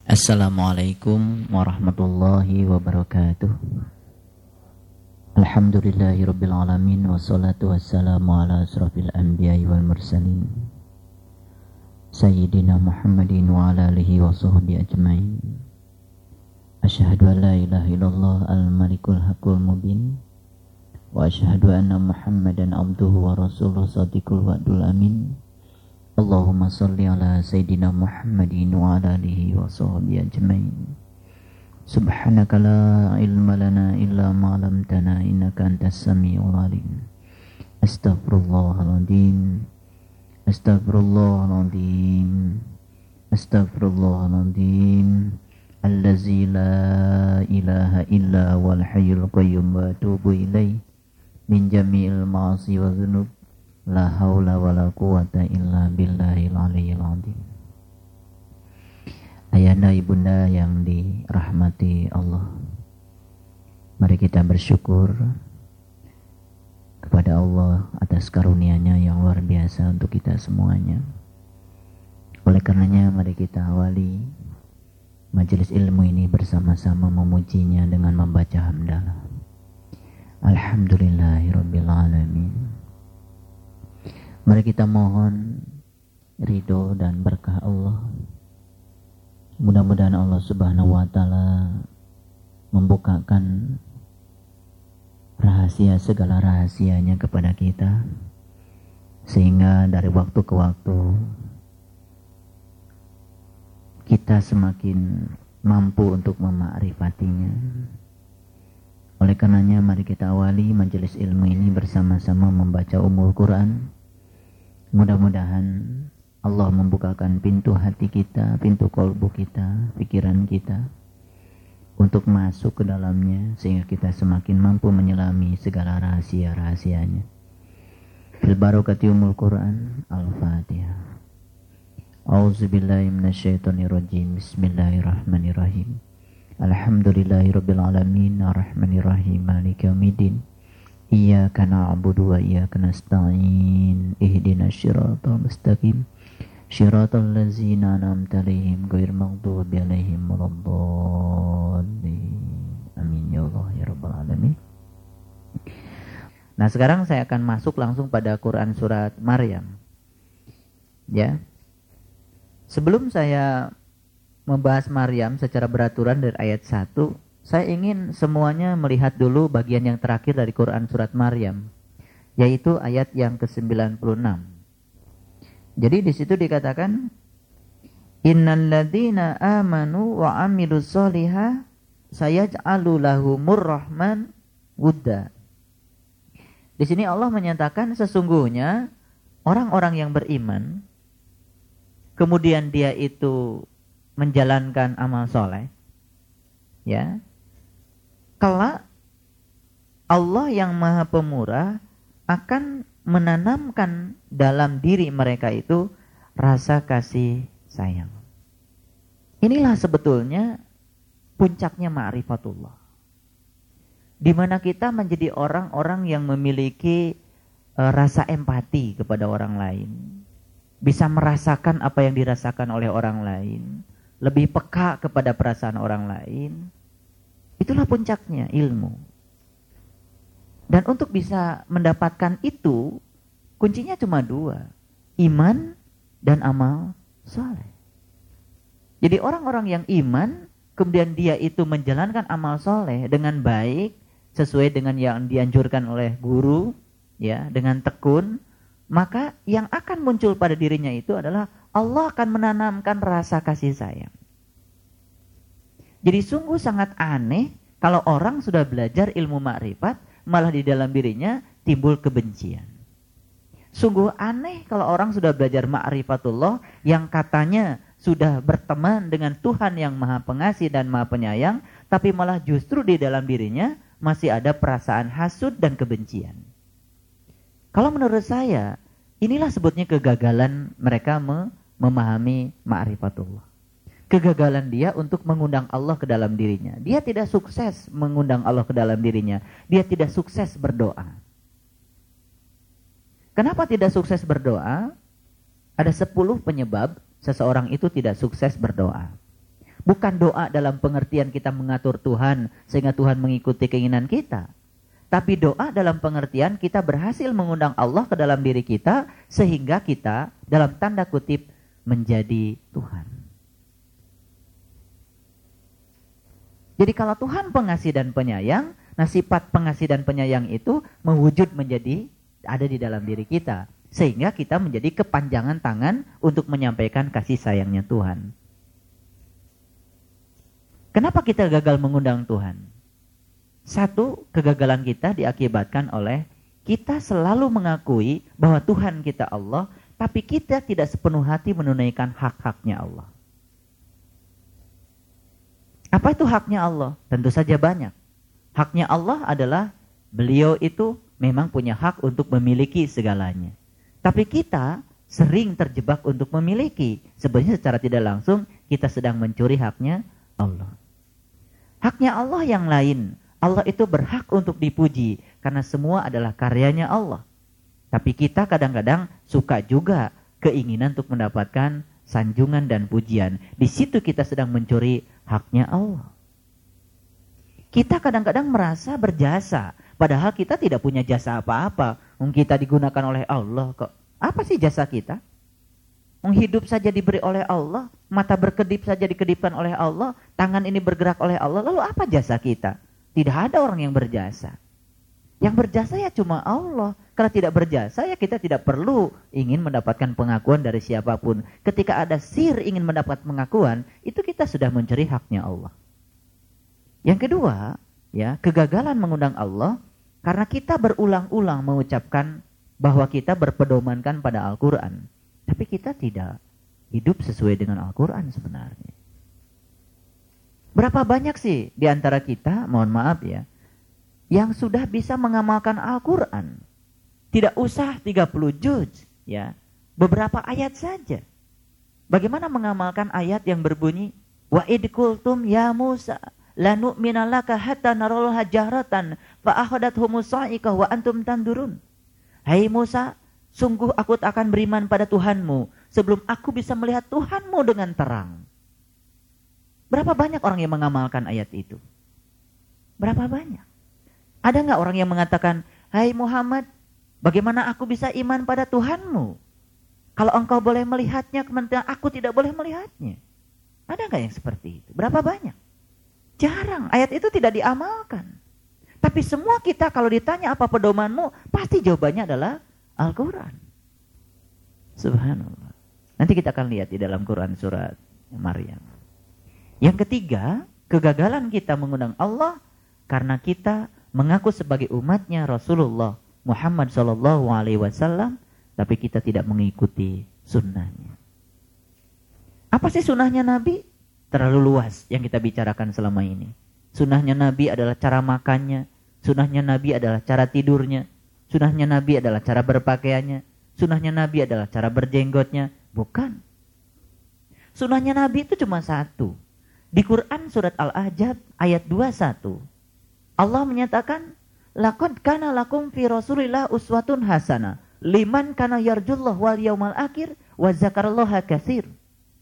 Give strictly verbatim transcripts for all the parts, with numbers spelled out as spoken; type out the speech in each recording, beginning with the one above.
Assalamualaikum warahmatullahi wabarakatuh. Alhamdulillahirabbil alamin wassalatu wassalamu ala asrofil anbiya'i wal mursalin Sayyidina Muhammadin wa ala alihi wa sahbihi ajmain. Asyhadu an la ilaha illallah al-malikul haqqul mubin wa asyhadu anna Muhammadan abduhu wa rasuluhu shadiqul wa'dul amin. Allahumma salli ala Sayyidina Muhammadin wa ala alihi wa sahbihi ajmain. Subhanaka la ilma lana illa ma 'allamtana innaka antas samiul alim. Astaghfirullahaladzim. Astaghfirullahaladzim. Astaghfirullahaladzim. Allazi la ilaha illa wal hayyul qayyum wa atubu ilaih min jami'il ma'asi wa dzunub. La haula wa la quwata illa billahil aliyyil azim. Ayahanda ibunda yang dirahmati Allah, mari kita bersyukur kepada Allah atas karunia-Nya yang luar biasa untuk kita semuanya. Oleh karenanya mari kita awali majelis ilmu ini bersama-sama memujinya dengan membaca hamdalah. Alhamdulillahirabbil alamin. Mari kita mohon ridho dan berkah Allah. Mudah-mudahan Allah Subhanahu wa taala membukakan rahasia segala rahasianya kepada kita, sehingga dari waktu ke waktu kita semakin mampu untuk memakrifatinya. Oleh karenanya mari kita awali majelis ilmu ini bersama-sama membaca Ummul Quran. Mudah-mudahan Allah membukakan pintu hati kita, pintu kolbu kita, pikiran kita untuk masuk ke dalamnya, sehingga kita semakin mampu menyelami segala rahasia-rahasianya. Fil barokati Ummul Quran. Al-Fatihah. A'udzubillahi minasyaitonirrajim. Bismillahirrahmanirrahim. Alhamdulillahirabbil alamin arrahmanirrahim maliki yaumiddin. Iyyaka na'budu wa iyyaka nasta'in. Ihdinas siratal mustaqim. Shiratal ladzina an'amta 'alaihim ghairil maghdubi 'alaihim waladdallin. Amin ya Allah ya rabbal alamin. Nah, sekarang saya akan masuk langsung pada Quran surat Maryam. Ya. Sebelum saya membahas Maryam secara beraturan dari ayat satu, saya ingin semuanya melihat dulu bagian yang terakhir dari Quran surat Maryam, yaitu ayat yang ke sembilan puluh enam. Jadi di situ dikatakan, Innal ladzina amanu wa amilus solihah sayaj'alu lahumur rahman wudda. Di sini Allah menyatakan sesungguhnya orang-orang yang beriman, kemudian dia itu menjalankan amal soleh, ya, kelak Allah yang Maha Pemurah akan menanamkan dalam diri mereka itu rasa kasih sayang. Inilah sebetulnya puncaknya ma'rifatullah, di mana kita menjadi orang-orang yang memiliki uh, rasa empati kepada orang lain, bisa merasakan apa yang dirasakan oleh orang lain, lebih peka kepada perasaan orang lain. Itulah puncaknya ilmu. Dan untuk bisa mendapatkan itu, kuncinya cuma dua, iman dan amal saleh. Jadi orang-orang yang iman, kemudian dia itu menjalankan amal saleh dengan baik, sesuai dengan yang dianjurkan oleh guru, ya, dengan tekun, maka yang akan muncul pada dirinya itu adalah Allah akan menanamkan rasa kasih sayang. Jadi sungguh sangat aneh kalau orang sudah belajar ilmu makrifat, malah di dalam dirinya timbul kebencian. Sungguh aneh kalau orang sudah belajar ma'rifatullah yang katanya sudah berteman dengan Tuhan yang Maha Pengasih dan Maha Penyayang, tapi malah justru di dalam dirinya masih ada perasaan hasud dan kebencian. Kalau menurut saya, inilah sebutnya kegagalan mereka memahami ma'rifatullah. Kegagalan dia untuk mengundang Allah ke dalam dirinya. Dia tidak sukses mengundang Allah ke dalam dirinya. Dia tidak sukses berdoa. Kenapa tidak sukses berdoa? Ada sepuluh penyebab seseorang itu tidak sukses berdoa. Bukan doa dalam pengertian kita mengatur Tuhan sehingga Tuhan mengikuti keinginan kita. Tapi doa dalam pengertian kita berhasil mengundang Allah ke dalam diri kita sehingga kita dalam tanda kutip menjadi Tuhan. Jadi kalau Tuhan pengasih dan penyayang, nah sifat pengasih dan penyayang itu mewujud menjadi ada di dalam diri kita. Sehingga kita menjadi kepanjangan tangan untuk menyampaikan kasih sayangnya Tuhan. Kenapa kita gagal mengundang Tuhan? Satu, kegagalan kita diakibatkan oleh kita selalu mengakui bahwa Tuhan kita Allah, tapi kita tidak sepenuh hati menunaikan hak-haknya Allah. Apa itu haknya Allah? Tentu saja banyak. Haknya Allah adalah beliau itu memang punya hak untuk memiliki segalanya. Tapi kita sering terjebak untuk memiliki. Sebenarnya secara tidak langsung kita sedang mencuri haknya Allah. Haknya Allah yang lain. Allah itu berhak untuk dipuji karena semua adalah karyanya Allah. Tapi kita kadang-kadang suka juga keinginan untuk mendapatkan sanjungan dan pujian. Di situ kita sedang mencuri haknya Allah. Kita kadang-kadang merasa berjasa. Padahal kita tidak punya jasa apa-apa. Kita digunakan oleh Allah kok. Apa sih jasa kita? Hidup saja diberi oleh Allah. Mata berkedip saja dikedipkan oleh Allah. Tangan ini bergerak oleh Allah. Lalu apa jasa kita? Tidak ada orang yang berjasa. Yang berjasa ya cuma Allah. Kalau tidak berjasa ya kita tidak perlu ingin mendapatkan pengakuan dari siapapun. Ketika ada sir ingin mendapat pengakuan, itu kita sudah mencuri haknya Allah. Yang kedua, ya, kegagalan mengundang Allah karena kita berulang-ulang mengucapkan bahwa kita berpedomankan pada Al-Quran. Tapi kita tidak hidup sesuai dengan Al-Quran sebenarnya. Berapa banyak sih di antara kita, mohon maaf ya, yang sudah bisa mengamalkan Al-Quran. Tidak usah tiga puluh juz, ya. Beberapa ayat saja. Bagaimana mengamalkan ayat yang berbunyi, wa id qultum ya Musa la nu'mina laka hatta narallaha jahratan fa akhadathum sa'iqah wa antum tandurun. Hai Musa, sungguh aku tak akan beriman pada Tuhanmu sebelum aku bisa melihat Tuhanmu dengan terang. Berapa banyak orang yang mengamalkan ayat itu? Berapa banyak? Ada nggak orang yang mengatakan, hai Muhammad, bagaimana aku bisa iman pada Tuhanmu? Kalau engkau boleh melihatnya, kemudian aku tidak boleh melihatnya. Ada nggak yang seperti itu? Berapa banyak? Jarang. Ayat itu tidak diamalkan. Tapi semua kita kalau ditanya apa pedomanmu, pasti jawabannya adalah Al-Quran. Subhanallah. Nanti kita akan lihat di dalam Quran surat Maryam. Yang ketiga, kegagalan kita mengundang Allah karena kita mengaku sebagai umatnya Rasulullah Muhammad shallallahu alaihi wasallam, tapi kita tidak mengikuti sunnahnya. Apa sih sunnahnya Nabi? Terlalu luas yang kita bicarakan selama ini. Sunnahnya Nabi adalah cara makannya, sunnahnya Nabi adalah cara tidurnya, sunnahnya Nabi adalah cara berpakaiannya, sunnahnya Nabi adalah cara berjenggotnya. Bukan. Sunnahnya Nabi itu cuma satu. Di Quran surat Al-Ahzab ayat dua puluh satu. Allah menyatakan, laqad kana lakum fi Rasulillah uswatun hasanah liman kana yarjullah wal yaumal akhir wa dzakarallaha katsir.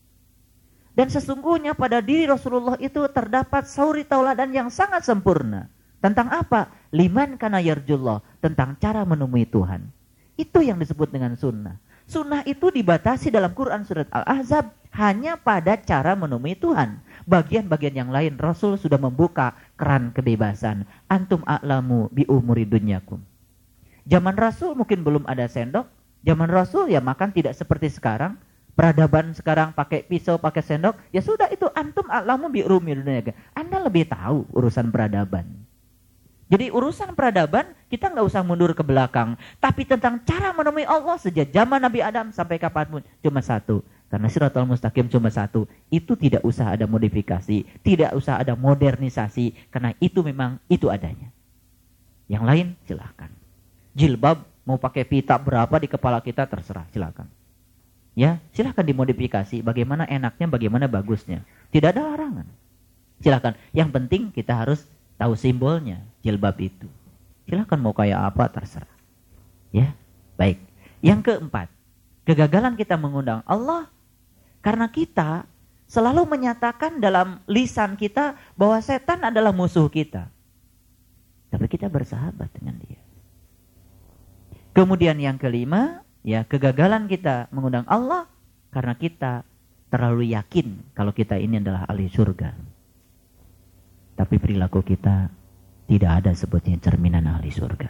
Dan sesungguhnya pada diri Rasulullah itu terdapat suri tauladan yang sangat sempurna. Tentang apa? Liman kana yarjullah, tentang cara menemui Tuhan. Itu yang disebut dengan sunnah. Sunnah itu dibatasi dalam Quran surat Al-Ahzab hanya pada cara menemui Tuhan. Bagian-bagian yang lain Rasul sudah membuka keran kebebasan. Antum a'lamu bi umuri dunyakum. Zaman Rasul mungkin belum ada sendok. Zaman Rasul ya makan tidak seperti sekarang. Peradaban sekarang pakai pisau, pakai sendok. Ya sudah, itu antum a'lamu bi umuri dunyakum. Anda lebih tahu urusan peradaban. Jadi urusan peradaban kita nggak usah mundur ke belakang. Tapi tentang cara menemui Allah sejak zaman Nabi Adam sampai kapanpun cuma satu. Karena Shiratal Mustaqim cuma satu. Itu tidak usah ada modifikasi. Tidak usah ada modernisasi. Karena itu memang itu adanya. Yang lain silahkan. Jilbab mau pakai pita berapa di kepala kita terserah, silahkan. Ya, silahkan dimodifikasi. Bagaimana enaknya, bagaimana bagusnya. Tidak ada larangan. Silahkan. Yang penting kita harus tahu simbolnya jilbab itu. Silahkan mau kayak apa terserah. Ya, baik. Yang keempat, kegagalan kita mengundang Allah karena kita selalu menyatakan dalam lisan kita bahwa setan adalah musuh kita. Tapi kita bersahabat dengan dia. Kemudian yang kelima, ya kegagalan kita mengundang Allah karena kita terlalu yakin kalau kita ini adalah ahli surga. Tapi perilaku kita tidak ada sebutnya cerminan ahli surga.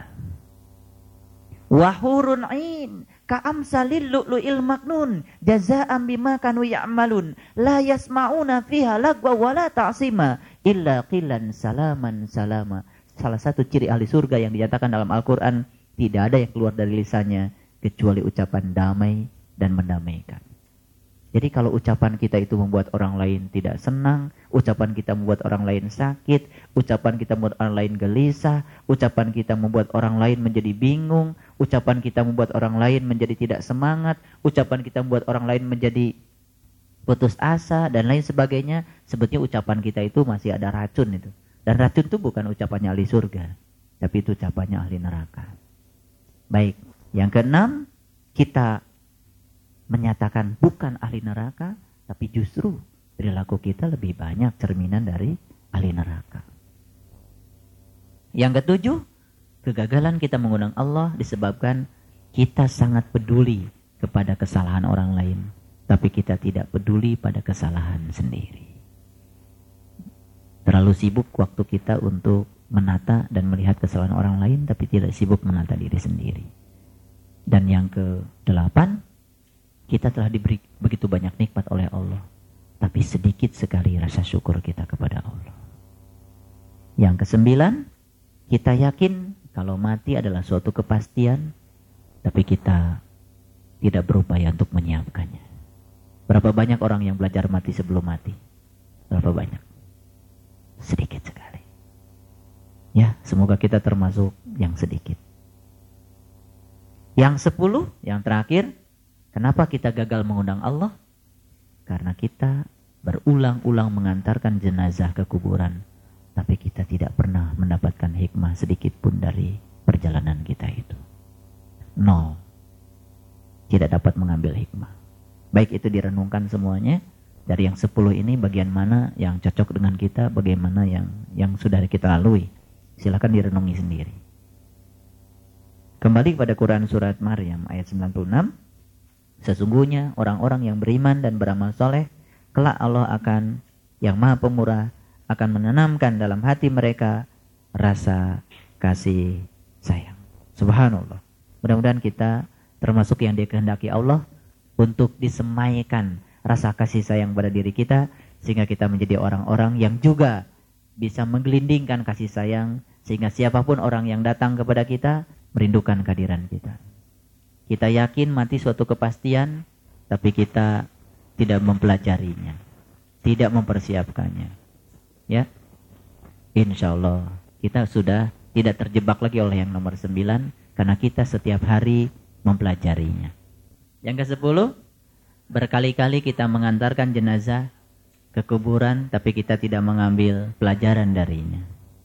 Wahurun ain ka'amsalil lu'lu'il maknun jazaa'an bima kanu ya'malun la yasma'una fiha lagwa wala ta'sima illa qilan salaman salama. Salah satu ciri ahli surga yang dinyatakan dalam Al-Quran, tidak ada yang keluar dari lisannya kecuali ucapan damai dan mendamaikan. Jadi kalau ucapan kita itu membuat orang lain tidak senang, ucapan kita membuat orang lain sakit, ucapan kita membuat orang lain gelisah, ucapan kita membuat orang lain menjadi bingung, ucapan kita membuat orang lain menjadi tidak semangat, ucapan kita membuat orang lain menjadi putus asa dan lain sebagainya, sebetulnya ucapan kita itu masih ada racun itu. Dan racun itu bukan ucapannya ahli surga, tapi itu ucapannya ahli neraka. Baik, yang keenam, kita menyatakan bukan ahli neraka, tapi justru perilaku kita lebih banyak cerminan dari ahli neraka. Yang ketujuh, kegagalan kita mengundang Allah disebabkan kita sangat peduli kepada kesalahan orang lain, tapi kita tidak peduli pada kesalahan sendiri. Terlalu sibuk waktu kita untuk menata dan melihat kesalahan orang lain, tapi tidak sibuk menata diri sendiri. Dan yang kedelapan, kita telah diberi begitu banyak nikmat oleh Allah, tapi sedikit sekali rasa syukur kita kepada Allah. Yang kesembilan, kita yakin kalau mati adalah suatu kepastian, tapi kita tidak berupaya untuk menyiapkannya. Berapa banyak orang yang belajar mati sebelum mati? Berapa banyak? Sedikit sekali. Ya, semoga kita termasuk yang sedikit. Yang sepuluh, yang terakhir, kenapa kita gagal mengundang Allah? Karena kita berulang-ulang mengantarkan jenazah ke kuburan, tapi kita tidak pernah mendapatkan hikmah sedikit pun dari perjalanan kita itu. Nol. Tidak dapat mengambil hikmah. Baik itu direnungkan semuanya. Dari yang sepuluh ini bagian mana yang cocok dengan kita, bagaimana yang yang sudah kita lalui. Silakan direnungi sendiri. Kembali kepada Quran surat Maryam ayat sembilan puluh enam. Sesungguhnya orang-orang yang beriman dan beramal soleh, kelak Allah akan, yang maha pemurah, akan menanamkan dalam hati mereka rasa kasih sayang. Subhanallah. Mudah-mudahan kita termasuk yang dikehendaki Allah untuk disemaikan rasa kasih sayang pada diri kita, sehingga kita menjadi orang-orang yang juga bisa menggelindingkan kasih sayang, sehingga siapapun orang yang datang kepada kita merindukan kehadiran kita. Kita yakin mati suatu kepastian, tapi kita tidak mempelajarinya, tidak mempersiapkannya. Ya, insya Allah kita sudah tidak terjebak lagi oleh yang nomor sembilan, karena kita setiap hari mempelajarinya. Yang ke sepuluh, berkali-kali kita mengantarkan jenazah ke kuburan, tapi kita tidak mengambil pelajaran darinya.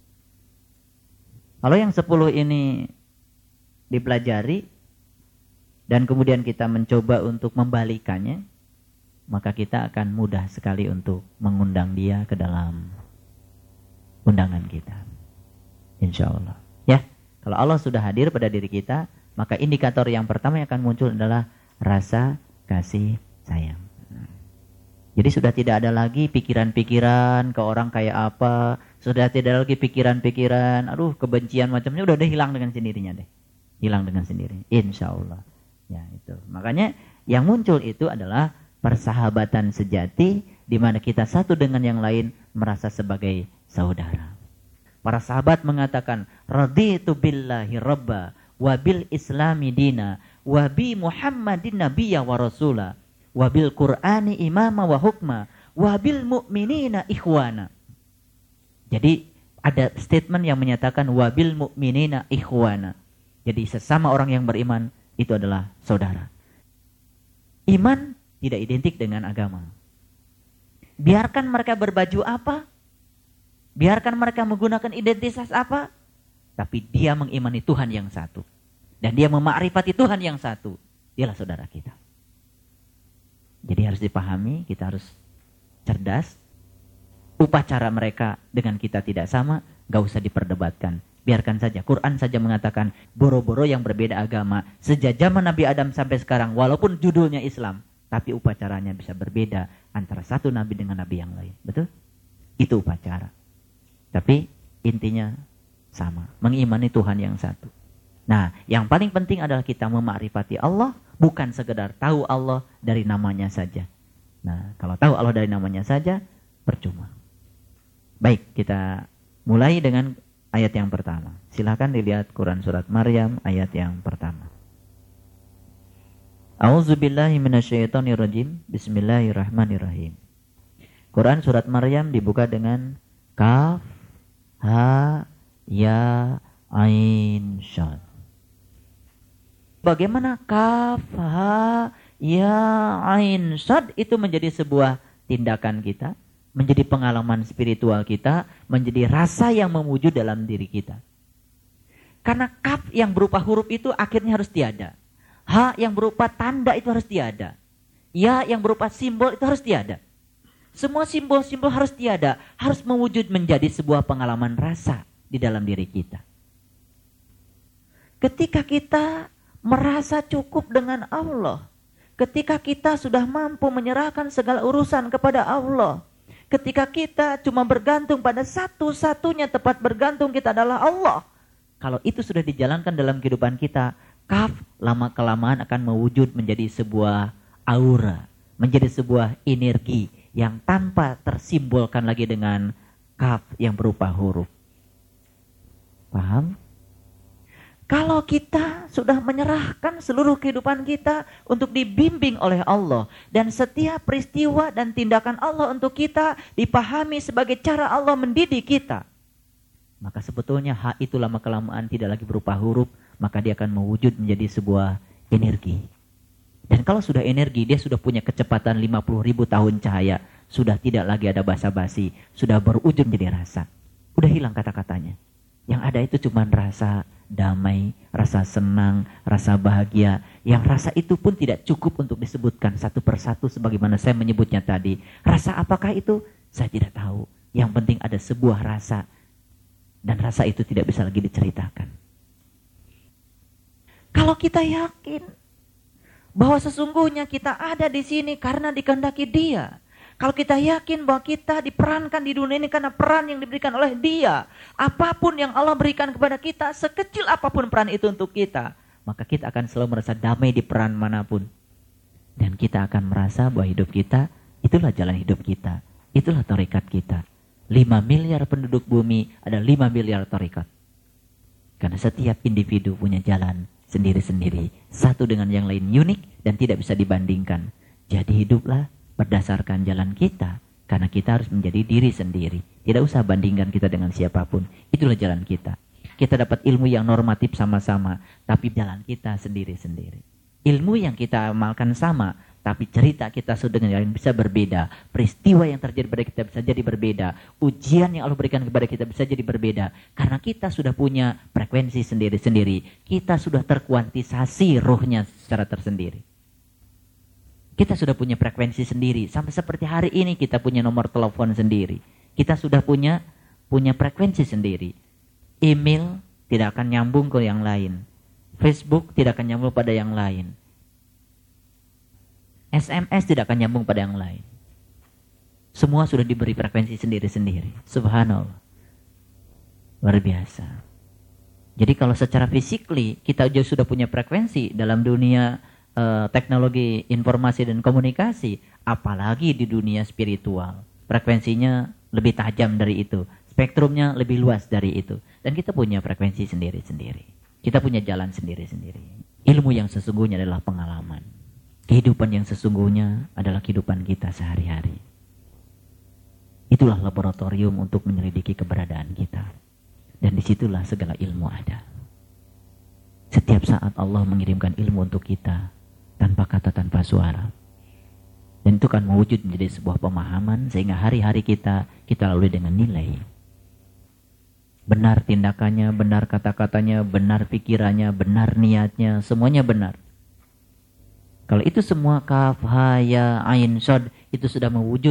Kalau yang sepuluh ini dipelajari, dan kemudian kita mencoba untuk membalikannya, maka kita akan mudah sekali untuk mengundang dia ke dalam undangan kita. Insya Allah. Ya, kalau Allah sudah hadir pada diri kita, maka indikator yang pertama yang akan muncul adalah rasa kasih sayang. Jadi sudah tidak ada lagi pikiran-pikiran ke orang kayak apa, sudah tidak lagi pikiran-pikiran, aduh kebencian macamnya udah deh hilang dengan sendirinya deh, hilang dengan sendiri. Insya Allah. Ya itu. Makanya yang muncul itu adalah persahabatan sejati, di mana kita satu dengan yang lain merasa sebagai saudara. Para sahabat mengatakan, raditu billahi rabba wa bil islami dina wa bi Muhammadin nabiyya wa rasula wa bil Qur'ani imama wa hukma wa bil mu'minina ikhwana. Jadi ada statement yang menyatakan wa bil mu'minina ikhwana. Jadi sesama orang yang beriman itu adalah saudara. Iman tidak identik dengan agama. Biarkan mereka berbaju apa, biarkan mereka menggunakan identitas apa, tapi dia mengimani Tuhan yang satu. Dan dia memakrifati Tuhan yang satu. Dialah saudara kita. Jadi harus dipahami, kita harus cerdas, upacara mereka dengan kita tidak sama, gak usah diperdebatkan. Biarkan saja, Quran saja mengatakan boro-boro yang berbeda agama sejak zaman Nabi Adam sampai sekarang, walaupun judulnya Islam, tapi upacaranya bisa berbeda antara satu nabi dengan nabi yang lain. Betul? Itu upacara. Tapi intinya sama, mengimani Tuhan yang satu. Nah, yang paling penting adalah kita memakrifati Allah, bukan sekedar tahu Allah dari namanya saja. Nah, kalau tahu Allah dari namanya saja, percuma. Baik, kita mulai dengan ayat yang pertama. Silakan dilihat Quran surat Maryam ayat yang pertama. A'udzubillahi minasyaitonirrajim. Bismillahirrahmanirrahim. Quran surat Maryam dibuka dengan Kaf, Ha, Ya, Ain, Shad. Bagaimana Kaf, Ha, Ya, Ain, Shad itu menjadi sebuah tindakan kita, menjadi pengalaman spiritual kita, menjadi rasa yang mewujud dalam diri kita. Karena kaf yang berupa huruf itu akhirnya harus tiada. Ha yang berupa tanda itu harus tiada. Ya yang berupa simbol itu harus tiada. Semua simbol-simbol harus tiada, harus mewujud menjadi sebuah pengalaman rasa di dalam diri kita. Ketika kita merasa cukup dengan Allah, ketika kita sudah mampu menyerahkan segala urusan kepada Allah, ketika kita cuma bergantung pada satu-satunya tempat bergantung kita adalah Allah. Kalau itu sudah dijalankan dalam kehidupan kita, kaf lama-kelamaan akan mewujud menjadi sebuah aura, menjadi sebuah energi yang tanpa tersimbolkan lagi dengan kaf yang berupa huruf. Paham? Kalau kita sudah menyerahkan seluruh kehidupan kita untuk dibimbing oleh Allah, dan setiap peristiwa dan tindakan Allah untuk kita dipahami sebagai cara Allah mendidik kita, maka sebetulnya hak itu lama-kelamaan tidak lagi berupa huruf, maka dia akan mewujud menjadi sebuah energi. Dan kalau sudah energi, dia sudah punya kecepatan lima puluh ribu tahun cahaya, sudah tidak lagi ada basa-basi, sudah berujung menjadi rasa. Udah hilang kata-katanya. Yang ada itu cuma rasa damai, rasa senang, rasa bahagia. Yang rasa itu pun tidak cukup untuk disebutkan satu persatu sebagaimana saya menyebutnya tadi. Rasa apakah itu? Saya tidak tahu. Yang penting ada sebuah rasa. Dan rasa itu tidak bisa lagi diceritakan. Kalau kita yakin bahwa sesungguhnya kita ada di sini karena dikehendaki Dia. Kalau kita yakin bahwa kita diperankan di dunia ini karena peran yang diberikan oleh Dia, apapun yang Allah berikan kepada kita, sekecil apapun peran itu untuk kita, maka kita akan selalu merasa damai di peran manapun. Dan kita akan merasa bahwa hidup kita, itulah jalan hidup kita, itulah tarekat kita. lima miliar penduduk bumi, ada lima miliar tarekat. Karena setiap individu punya jalan sendiri-sendiri, satu dengan yang lain unik dan tidak bisa dibandingkan. Jadi hiduplah berdasarkan jalan kita, karena kita harus menjadi diri sendiri. Tidak usah bandingkan kita dengan siapapun. Itulah jalan kita. Kita dapat ilmu yang normatif sama-sama, tapi jalan kita sendiri-sendiri. Ilmu yang kita amalkan sama, tapi cerita kita sudah dengan yang bisa berbeda. Peristiwa yang terjadi pada kita bisa jadi berbeda. Ujian yang Allah berikan kepada kita bisa jadi berbeda. Karena kita sudah punya frekuensi sendiri-sendiri. Kita sudah terkuantisasi ruhnya secara tersendiri. Kita sudah punya frekuensi sendiri. Sampai seperti hari ini kita punya nomor telepon sendiri. Kita sudah punya punya frekuensi sendiri. Email tidak akan nyambung ke yang lain. Facebook tidak akan nyambung pada yang lain. S M S tidak akan nyambung pada yang lain. Semua sudah diberi frekuensi sendiri-sendiri. Subhanallah. Luar biasa. Jadi kalau secara physically kita juga sudah punya frekuensi dalam dunia Uh, teknologi informasi dan komunikasi, apalagi di dunia spiritual, frekuensinya lebih tajam dari itu, spektrumnya lebih luas dari itu, dan kita punya frekuensi sendiri-sendiri, kita punya jalan sendiri-sendiri. Ilmu yang sesungguhnya adalah pengalaman, kehidupan yang sesungguhnya adalah kehidupan kita sehari-hari. Itulah laboratorium untuk menyelidiki keberadaan kita, dan disitulah segala ilmu ada. Setiap saat Allah mengirimkan ilmu untuk kita, tanpa kata, tanpa suara. Dan itu kan mewujud menjadi sebuah pemahaman, sehingga hari-hari kita, kita lalui dengan nilai. Benar tindakannya, benar kata-katanya, benar pikirannya, benar niatnya, semuanya benar. Kalau itu semua kaf, ha, ya, ain, shad, itu sudah mewujud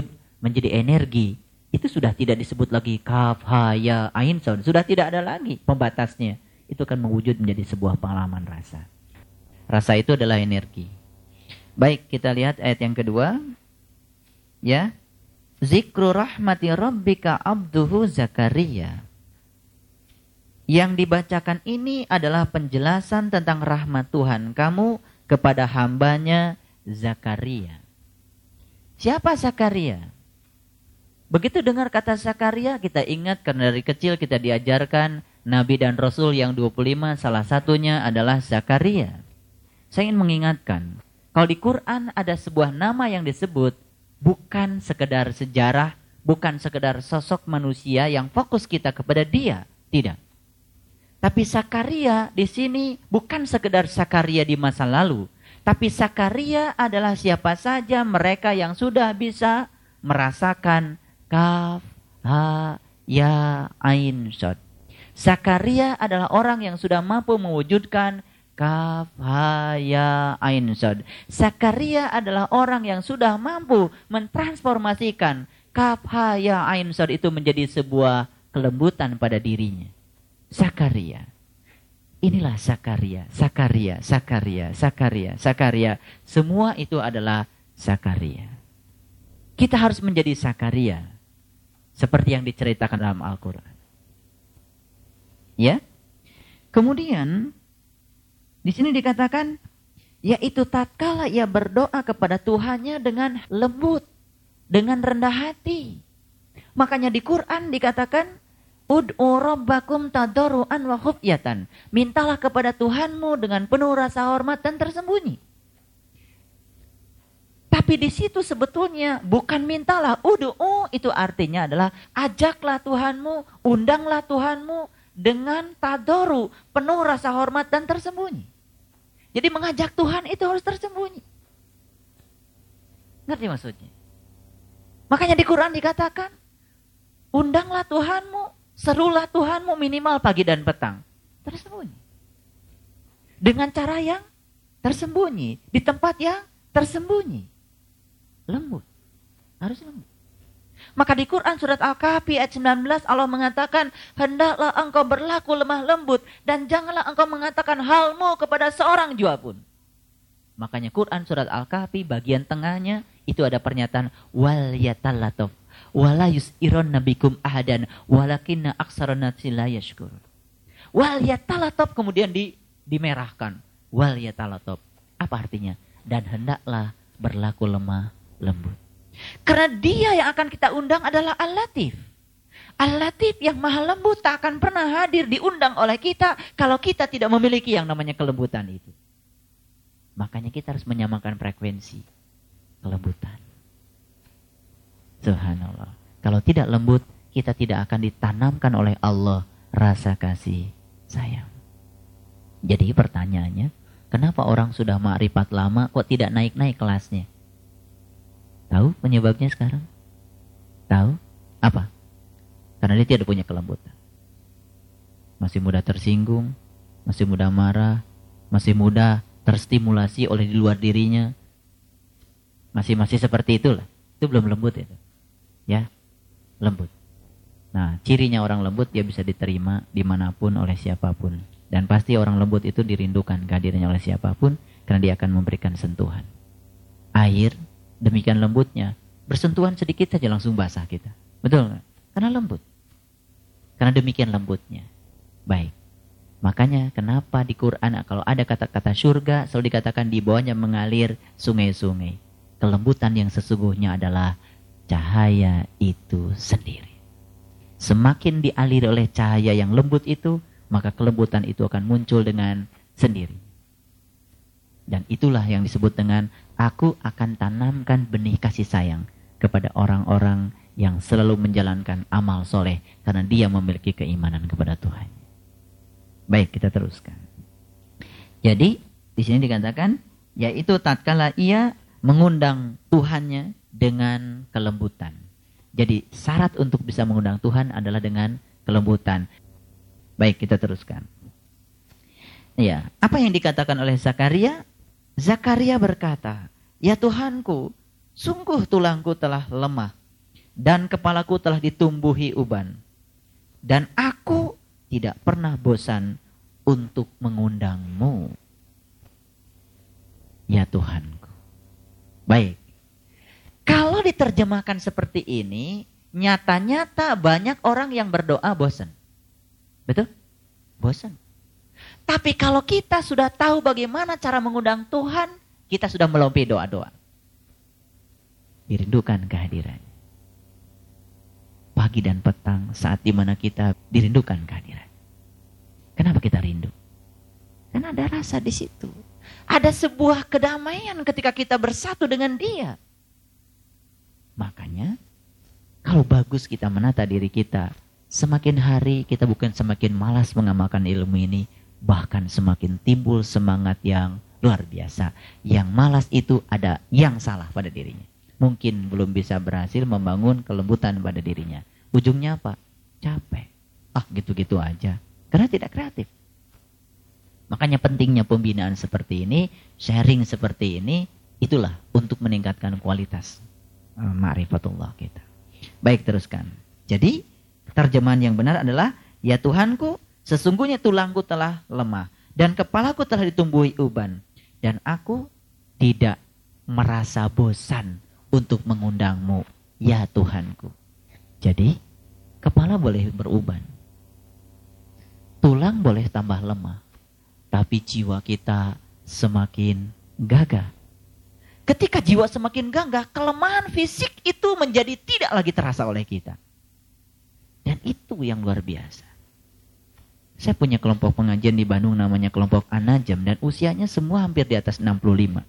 menjadi energi. Itu sudah tidak disebut lagi kaf, ha, ya, ain, sod. Sudah tidak ada lagi pembatasnya. Itu akan mewujud menjadi sebuah pengalaman rasa. Rasa itu adalah energi. Baik, kita lihat ayat yang kedua. Ya. Zikru rahmati rabbika abduhu Zakaria. Yang dibacakan ini adalah penjelasan tentang rahmat Tuhan kamu kepada hambanya Zakaria. Siapa Zakaria? Begitu dengar kata Zakaria, kita ingat karena dari kecil kita diajarkan Nabi dan Rasul yang dua puluh lima, salah satunya adalah Zakaria. Saya ingin mengingatkan, kalau di Quran ada sebuah nama yang disebut, bukan sekedar sejarah, bukan sekedar sosok manusia yang fokus kita kepada dia, tidak. Tapi Zakaria di sini bukan sekedar Zakaria di masa lalu, tapi Zakaria adalah siapa saja mereka yang sudah bisa merasakan kaf, ha, ya, ain, sod. Zakaria adalah orang yang sudah mampu mewujudkan kaf, ha, ya, ain, sod. Zakaria adalah orang yang sudah mampu mentransformasikan kaf, ha, ya, ain, sod itu menjadi sebuah kelembutan pada dirinya. Zakaria. Inilah Zakaria, Zakaria, Zakaria, Zakaria, Zakaria. Semua itu adalah Zakaria. Kita harus menjadi Zakaria. Seperti yang diceritakan dalam Al-Quran. Ya. Kemudian, di sini dikatakan, yaitu tatkala ia berdoa kepada Tuhannya dengan lembut, dengan rendah hati. Makanya di Quran dikatakan, Ud'u rabbakum tadarruan wa khufyatan. Mintalah kepada Tuhanmu dengan penuh rasa hormat dan tersembunyi. Tapi di situ sebetulnya bukan mintalah, ud'u itu artinya adalah ajaklah Tuhanmu, undanglah Tuhanmu dengan tadoru, penuh rasa hormat dan tersembunyi. Jadi mengajak Tuhan itu harus tersembunyi. Ngerti maksudnya? Makanya di Quran dikatakan, undanglah Tuhanmu, serulah Tuhanmu minimal pagi dan petang. Tersembunyi. Dengan cara yang tersembunyi, di tempat yang tersembunyi. Lembut. Harus lembut. Maka di Quran surat Al-Kahfi ayat sembilan belas Allah mengatakan, hendaklah engkau berlaku lemah lembut dan janganlah engkau mengatakan halmu kepada seorang jua pun. Makanya Quran surat Al-Kahfi bagian tengahnya itu ada pernyataan wal yatalataf wala yusirun nabikum ahadan walakinna aksarun nasi la yashkurun. Wal yatalataf kemudian di, dimerahkan. Wal yatalataf. Apa artinya? Dan hendaklah berlaku lemah lembut. Karena dia yang akan kita undang adalah Al-Latif. Al-Latif yang maha lembut tak akan pernah hadir diundang oleh kita kalau kita tidak memiliki yang namanya kelembutan itu. Makanya kita harus menyamakan frekuensi kelembutan. Subhanallah. Kalau tidak lembut, kita tidak akan ditanamkan oleh Allah rasa kasih sayang. Jadi pertanyaannya, kenapa orang sudah ma'rifat lama kok tidak naik-naik kelasnya? Tahu penyebabnya sekarang? Tahu? Apa? Karena dia tidak punya kelembutan. Masih mudah tersinggung, masih mudah marah, masih mudah terstimulasi oleh di luar dirinya. Masih-masih seperti itulah. Itu belum lembut itu. Ya, lembut. Nah, cirinya orang lembut dia bisa diterima dimanapun oleh siapapun. Dan pasti orang lembut itu dirindukan kehadirannya oleh siapapun karena dia akan memberikan sentuhan. Air demikian lembutnya, bersentuhan sedikit saja langsung basah kita. Betul nggak? Karena lembut. Karena demikian lembutnya. Baik. Makanya kenapa di Quran kalau ada kata-kata surga selalu dikatakan di bawahnya mengalir sungai-sungai. Kelembutan yang sesungguhnya adalah cahaya itu sendiri. Semakin dialiri oleh cahaya yang lembut itu, maka kelembutan itu akan muncul dengan sendiri. Dan itulah yang disebut dengan aku akan tanamkan benih kasih sayang kepada orang-orang yang selalu menjalankan amal soleh karena dia memiliki keimanan kepada Tuhan. Baik, kita teruskan. Jadi di sini dikatakan yaitu tatkala ia mengundang Tuhannya dengan kelembutan. Jadi syarat untuk bisa mengundang Tuhan adalah dengan kelembutan. Baik, kita teruskan. Ya, apa yang dikatakan oleh Zakaria? Zakaria berkata, ya Tuhanku, sungguh tulangku telah lemah. dan kepalaku telah ditumbuhi uban. Dan aku tidak pernah bosan untuk mengundangmu, ya Tuhanku. Baik. Kalau diterjemahkan seperti ini, nyata-nyata banyak orang yang berdoa bosan. Betul? Bosan. Tapi kalau kita sudah tahu bagaimana cara mengundang Tuhan, kita sudah melampaui doa-doa. Dirindukan kehadirannya. Pagi dan petang saat dimana kita dirindukan kehadiran. Kenapa kita rindu? Karena ada rasa di situ. Ada sebuah kedamaian ketika kita bersatu dengan Dia. Makanya kalau bagus kita menata diri kita, semakin hari kita bukan semakin malas mengamalkan ilmu ini, bahkan semakin timbul semangat yang luar biasa. Yang malas itu ada yang salah pada dirinya. Mungkin belum bisa berhasil membangun kelembutan pada dirinya. Ujungnya apa? Capek. Ah, gitu-gitu aja. Karena tidak kreatif. Makanya pentingnya pembinaan seperti ini, sharing seperti ini, itulah untuk meningkatkan kualitas uh, ma'rifatullah kita. Baik, teruskan. Jadi, terjemahan yang benar adalah, ya Tuhanku, sesungguhnya tulangku telah lemah, dan kepalaku telah ditumbuhi uban, dan aku tidak merasa bosan untuk mengundangmu, ya Tuhanku. Jadi, kepala boleh beruban. Tulang boleh tambah lemah. Tapi jiwa kita semakin gagah. Ketika jiwa semakin gagah, kelemahan fisik itu menjadi tidak lagi terasa oleh kita. Dan itu yang luar biasa. Saya punya kelompok pengajian di Bandung namanya kelompok An-Najm. Dan usianya semua hampir di atas enam puluh lima.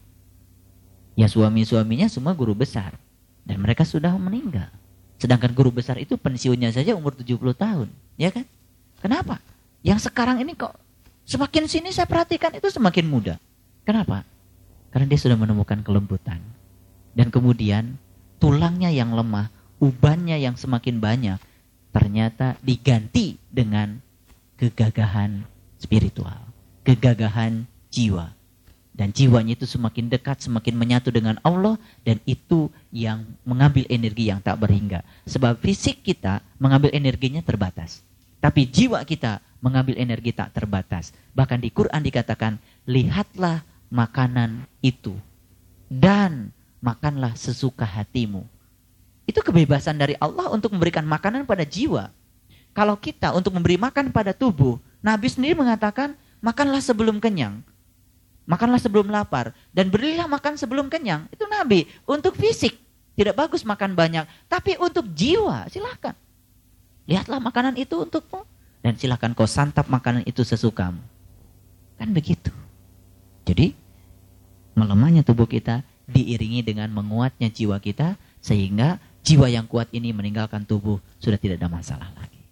Ya suami-suaminya semua guru besar. Dan mereka sudah meninggal. Sedangkan guru besar itu pensiunnya saja umur tujuh puluh tahun. Ya kan? Kenapa? Yang sekarang ini kok semakin sini saya perhatikan itu semakin muda. Kenapa? Karena dia sudah menemukan kelembutan. Dan kemudian tulangnya yang lemah, ubannya yang semakin banyak, ternyata diganti dengan kegagahan spiritual. Kegagahan jiwa. Dan jiwanya itu semakin dekat, semakin menyatu dengan Allah. Dan itu yang mengambil energi yang tak berhingga. Sebab fisik kita mengambil energinya terbatas. Tapi jiwa kita mengambil energi tak terbatas. Bahkan di Quran dikatakan, lihatlah makanan itu. Dan makanlah sesuka hatimu. Itu kebebasan dari Allah untuk memberikan makanan pada jiwa. Kalau kita untuk memberi makan pada tubuh, Nabi sendiri mengatakan, makanlah sebelum kenyang. Makanlah sebelum lapar. Dan berilah makan sebelum kenyang. Itu Nabi. Untuk fisik. Tidak bagus makan banyak. Tapi untuk jiwa, silakan. Lihatlah makanan itu untukmu. Dan silakan kau santap makanan itu sesukamu. Kan begitu. Jadi, melemahnya tubuh kita diiringi dengan menguatnya jiwa kita. Sehingga jiwa yang kuat ini meninggalkan tubuh. Sudah tidak ada masalah lagi.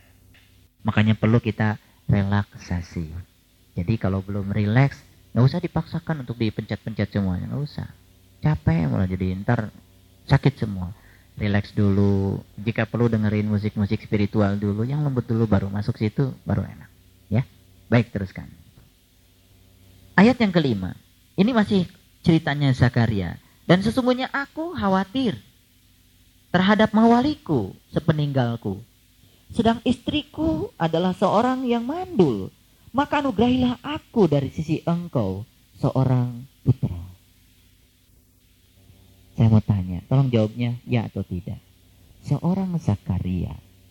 Makanya perlu kita relaksasi. Jadi kalau belum rileks, gak usah dipaksakan untuk dipencet-pencet semuanya, gak usah. Capek malah jadi ntar sakit semua. Relax dulu, jika perlu dengerin musik-musik spiritual dulu, yang lembut dulu baru masuk situ, baru enak. Ya, baik teruskan. Ayat yang kelima, ini masih ceritanya Zakaria. Dan sesungguhnya aku khawatir terhadap mawaliku sepeninggalku. Sedang istriku adalah seorang yang mandul. Maka anugerahilah aku dari sisi engkau seorang putra. Saya mau tanya, tolong jawabnya ya atau tidak. Seorang Zakaria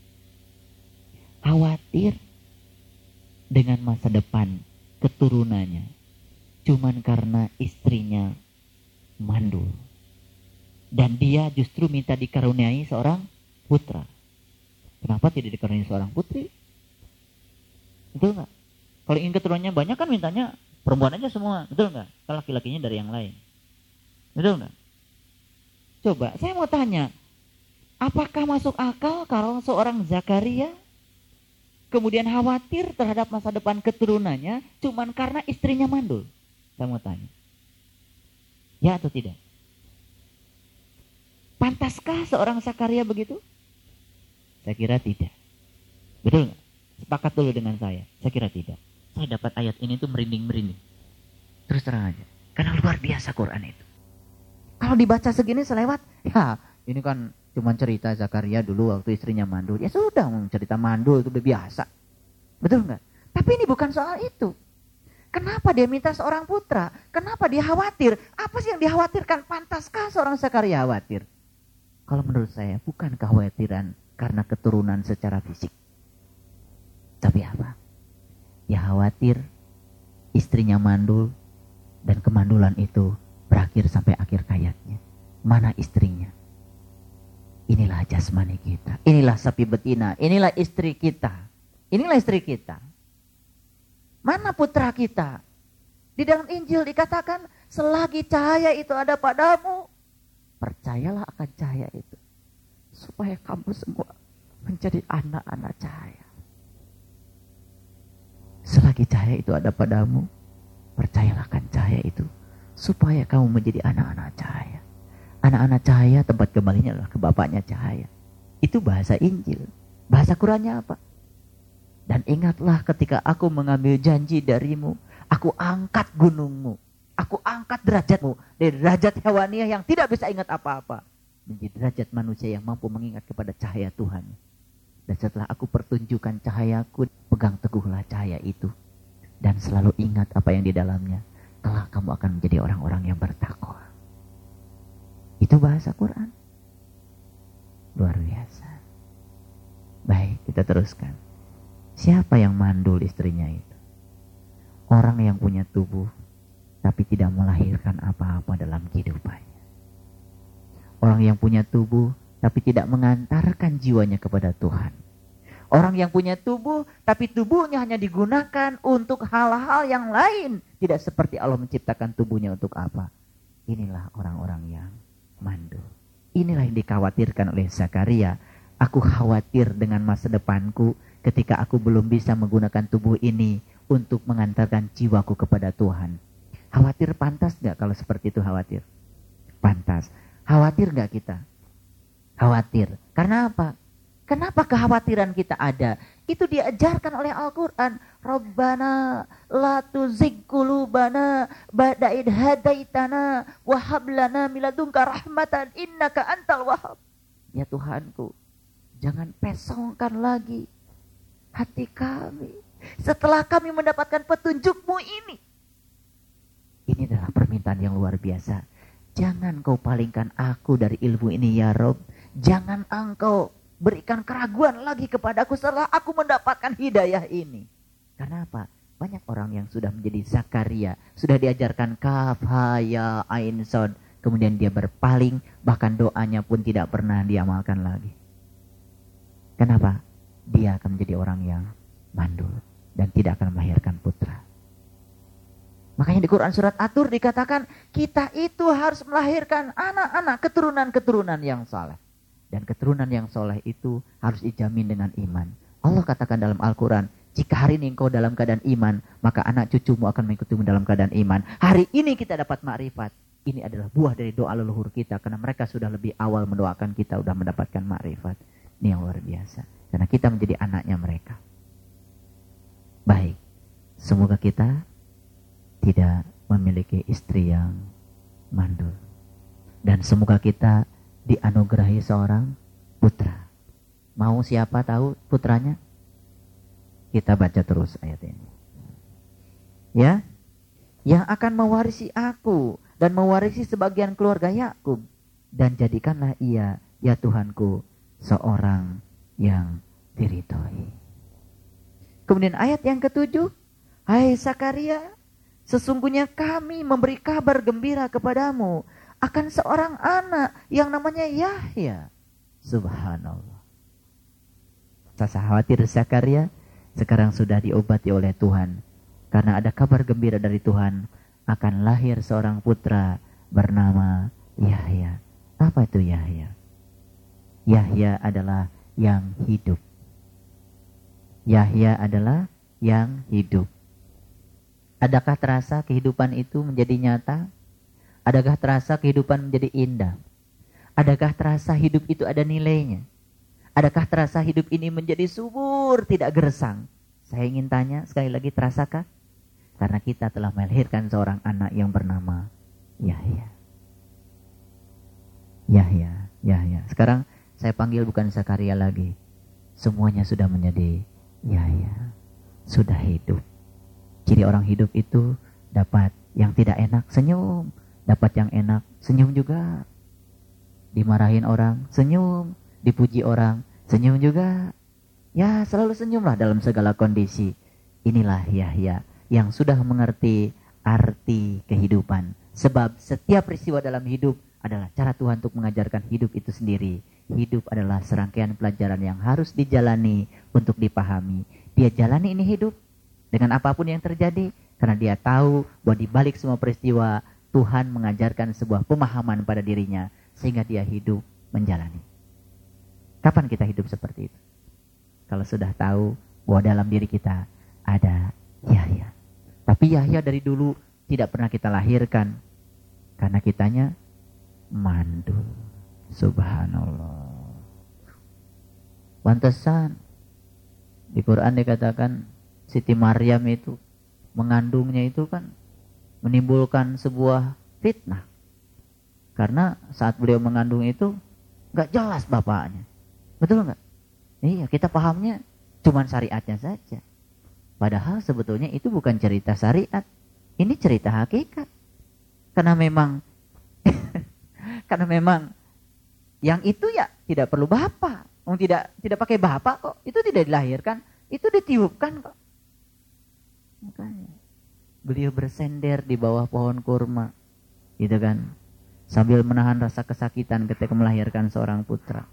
khawatir dengan masa depan keturunannya cuman karena istrinya mandul. Dan dia justru minta dikaruniai seorang putra. Kenapa tidak dikaruniai seorang putri? Betul nggak? Kalau ingin keturunannya banyak kan mintanya perempuan aja semua, betul nggak? Kalau laki-lakinya dari yang lain, betul nggak? Coba, saya mau tanya, apakah masuk akal kalau seorang Zakaria kemudian khawatir terhadap masa depan keturunannya cuman karena istrinya mandul? Saya mau tanya, ya atau tidak? Pantaskah seorang Zakaria begitu? Saya kira tidak. Betul nggak? Sepakat dulu dengan saya. Saya kira tidak. Saya dapat ayat ini tuh merinding-merinding. Terus terang aja. Karena luar biasa Quran itu. Kalau dibaca segini selewat, ya ini kan Cuman cerita Zakaria dulu waktu istrinya mandul. Ya sudah, cerita mandul itu udah biasa. Betul nggak? Tapi ini bukan soal itu. Kenapa dia minta seorang putra? Kenapa dia khawatir? Apa sih yang dikhawatirkan? Pantaskah seorang Zakaria khawatir? Kalau menurut saya bukan kekhawatiran karena keturunan secara fisik. Tapi apa? Dia khawatir istrinya mandul dan kemandulan itu berakhir sampai akhir hayatnya. Mana istrinya? Inilah jasmani kita. Inilah sapi betina. Inilah istri kita. Inilah istri kita. Mana putra kita? Di dalam Injil dikatakan, selagi cahaya itu ada padamu, percayalah akan cahaya itu. Supaya kamu semua menjadi anak-anak cahaya. Selagi cahaya itu ada padamu, percayalah akan cahaya itu. Supaya kamu menjadi anak-anak cahaya. Anak-anak cahaya tempat kembalinya adalah ke Bapaknya cahaya. Itu bahasa Injil. Bahasa Qurannya apa? Dan ingatlah ketika aku mengambil janji darimu, aku angkat gunungmu, aku angkat derajatmu dari derajat hewaniah yang tidak bisa ingat apa-apa menjadi derajat manusia yang mampu mengingat kepada cahaya Tuhan. Dan setelah aku pertunjukkan cahayaku, pegang teguhlah cahaya itu dan selalu ingat apa yang di dalamnya. Kelak kamu akan menjadi orang-orang yang bertakwa. Itu bahasa Quran. Luar biasa. Baik, kita teruskan. Siapa yang mandul istrinya itu? Orang yang punya tubuh tapi tidak melahirkan apa-apa dalam kehidupannya. Orang yang punya tubuh tapi tidak mengantarkan jiwanya kepada Tuhan. Orang yang punya tubuh tapi tubuhnya hanya digunakan untuk hal-hal yang lain. Tidak seperti Allah menciptakan tubuhnya untuk apa. Inilah orang-orang yang mandul. Inilah yang dikhawatirkan oleh Zakaria. Aku khawatir dengan masa depanku ketika aku belum bisa menggunakan tubuh ini untuk mengantarkan jiwaku kepada Tuhan. Khawatir pantas gak kalau seperti itu khawatir? Pantas. Khawatir gak kita? Khawatir. Karena apa? Kenapa kekhawatiran kita ada? Itu diajarkan oleh Al-Quran. Rabbana la tuzigh qulubana ba'da idh hadaitana wa hab lana min ladunka rahmatan innaka antal wahhab. Ya Tuhanku, jangan pesongkan lagi hati kami setelah kami mendapatkan petunjuk-Mu ini. Ini adalah permintaan yang luar biasa. Jangan kau palingkan aku dari ilmu ini ya Rob. Jangan engkau berikan keraguan lagi kepadaku setelah aku mendapatkan hidayah ini. Karena apa? Banyak orang yang sudah menjadi Zakaria, sudah diajarkan kaf, ha, ya, ain, sod, kemudian dia berpaling, bahkan doanya pun tidak pernah diamalkan lagi. Kenapa? Dia akan menjadi orang yang mandul dan tidak akan melahirkan putra. Makanya di Quran surat At-Tur dikatakan kita itu harus melahirkan anak-anak keturunan-keturunan yang saleh. Dan keturunan yang soleh itu harus dijamin dengan iman. Allah katakan dalam Al-Quran, jika hari ini engkau dalam keadaan iman, maka anak cucumu akan mengikutimu dalam keadaan iman. Hari ini kita dapat makrifat. Ini adalah buah dari doa leluhur kita. Karena mereka sudah lebih awal mendoakan kita sudah mendapatkan makrifat. Ini yang luar biasa. Karena kita menjadi anaknya mereka. Baik. Semoga kita tidak memiliki istri yang mandul. Dan semoga kita dianugerahi seorang putra. Mau siapa tahu putranya? Kita baca terus ayat ini. Ya, yang akan mewarisi aku dan mewarisi sebagian keluarga Yakub, dan jadikanlah ia, ya Tuhanku, seorang yang diridhoi. Kemudian ayat yang ketujuh, hai Zakaria, sesungguhnya kami memberi kabar gembira kepadamu akan seorang anak yang namanya Yahya. Subhanallah. Saya khawatir Zakaria sekarang sudah diobati oleh Tuhan. Karena ada kabar gembira dari Tuhan. Akan lahir seorang putra bernama Yahya. Apa itu Yahya? Yahya adalah yang hidup. Yahya adalah yang hidup. Adakah terasa kehidupan itu menjadi nyata? Adakah terasa kehidupan menjadi indah? Adakah terasa hidup itu ada nilainya? Adakah terasa hidup ini menjadi subur, tidak gersang? Saya ingin tanya sekali lagi, terasakah? Karena kita telah melahirkan seorang anak yang bernama Yahya. Yahya, Yahya. Sekarang saya panggil bukan Zakaria lagi. Semuanya sudah menjadi Yahya. Sudah hidup. Ciri orang hidup itu dapat yang tidak enak, senyum. Dapat yang enak, senyum juga. Dimarahin orang, senyum. Dipuji orang, senyum juga. Ya, selalu senyumlah dalam segala kondisi. Inilah Yahya yang sudah mengerti arti kehidupan. Sebab setiap peristiwa dalam hidup adalah cara Tuhan untuk mengajarkan hidup itu sendiri. Hidup adalah serangkaian pelajaran yang harus dijalani untuk dipahami. Dia jalani ini hidup dengan apapun yang terjadi, karena dia tahu bahwa di balik semua peristiwa Tuhan mengajarkan sebuah pemahaman pada dirinya sehingga dia hidup menjalani. Kapan kita hidup seperti itu? Kalau sudah tahu bahwa dalam diri kita ada Yahya. Tapi Yahya dari dulu tidak pernah kita lahirkan karena kitanya mandul. Subhanallah. Pantesan di Quran dikatakan Siti Maryam itu mengandungnya itu kan menimbulkan sebuah fitnah. Karena saat beliau mengandung itu gak jelas bapaknya. Betul gak? Iya, kita pahamnya cuman syariatnya saja. Padahal sebetulnya itu bukan cerita syariat. Ini cerita hakikat. Karena memang karena memang yang itu ya tidak perlu bapak. Oh, tidak tidak pakai bapak kok. Itu tidak dilahirkan, itu ditiupkan kok. Makanya beliau bersender di bawah pohon kurma, gitu kan, sambil menahan rasa kesakitan ketika melahirkan seorang putra.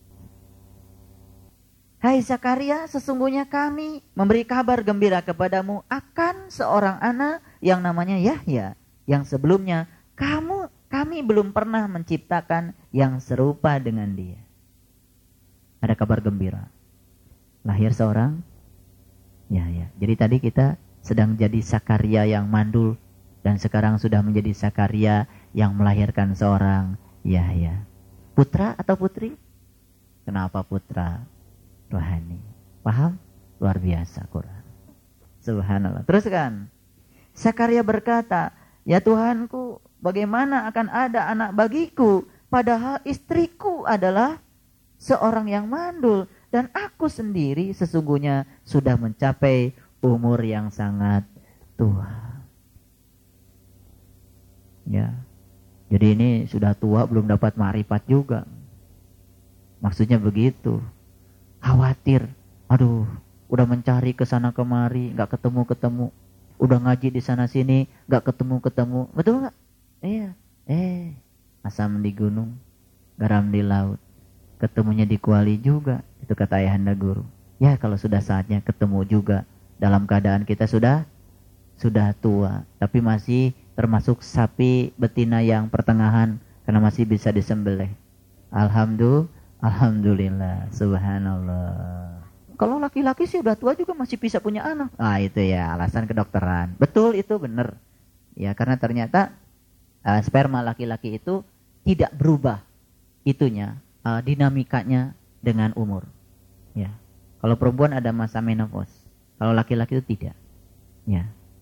Hai Zakaria, sesungguhnya kami memberi kabar gembira kepadamu akan seorang anak yang namanya Yahya, yang sebelumnya kamu kami belum pernah menciptakan yang serupa dengan dia. Ada kabar gembira. Lahir seorang Yahya. Jadi tadi kita sedang jadi Zakaria yang mandul dan sekarang sudah menjadi Zakaria yang melahirkan seorang Yahya. Putra atau putri? Kenapa putra? Rohani. Paham? Luar biasa Quran. Subhanallah. Teruskan. Zakaria berkata, ya Tuhanku, bagaimana akan ada anak bagiku, padahal istriku adalah seorang yang mandul dan aku sendiri sesungguhnya sudah mencapai umur yang sangat tua. Ya. Jadi ini sudah tua belum dapat ma'rifat juga. Maksudnya begitu. Khawatir, aduh, udah mencari ke sana kemari, nggak ketemu-ketemu. Udah ngaji di sana sini, nggak ketemu-ketemu. Betul nggak? Iya. Eh, asam di gunung, garam di laut. Ketemunya di kuali juga, itu kata ayahanda guru. Ya kalau sudah saatnya ketemu juga. Dalam keadaan kita sudah sudah tua, tapi masih termasuk sapi betina yang pertengahan, karena masih bisa disembelih. Alhamdulillah. Alhamdulillah, subhanallah. Kalau laki-laki sih udah tua juga masih bisa punya anak. Ah itu ya alasan kedokteran. Betul, itu benar. Ya karena ternyata uh, sperma laki-laki itu tidak berubah itunya, uh, dinamikanya dengan umur. Ya. Kalau perempuan ada masa menopause. Kalau laki-laki itu tidak. Ya.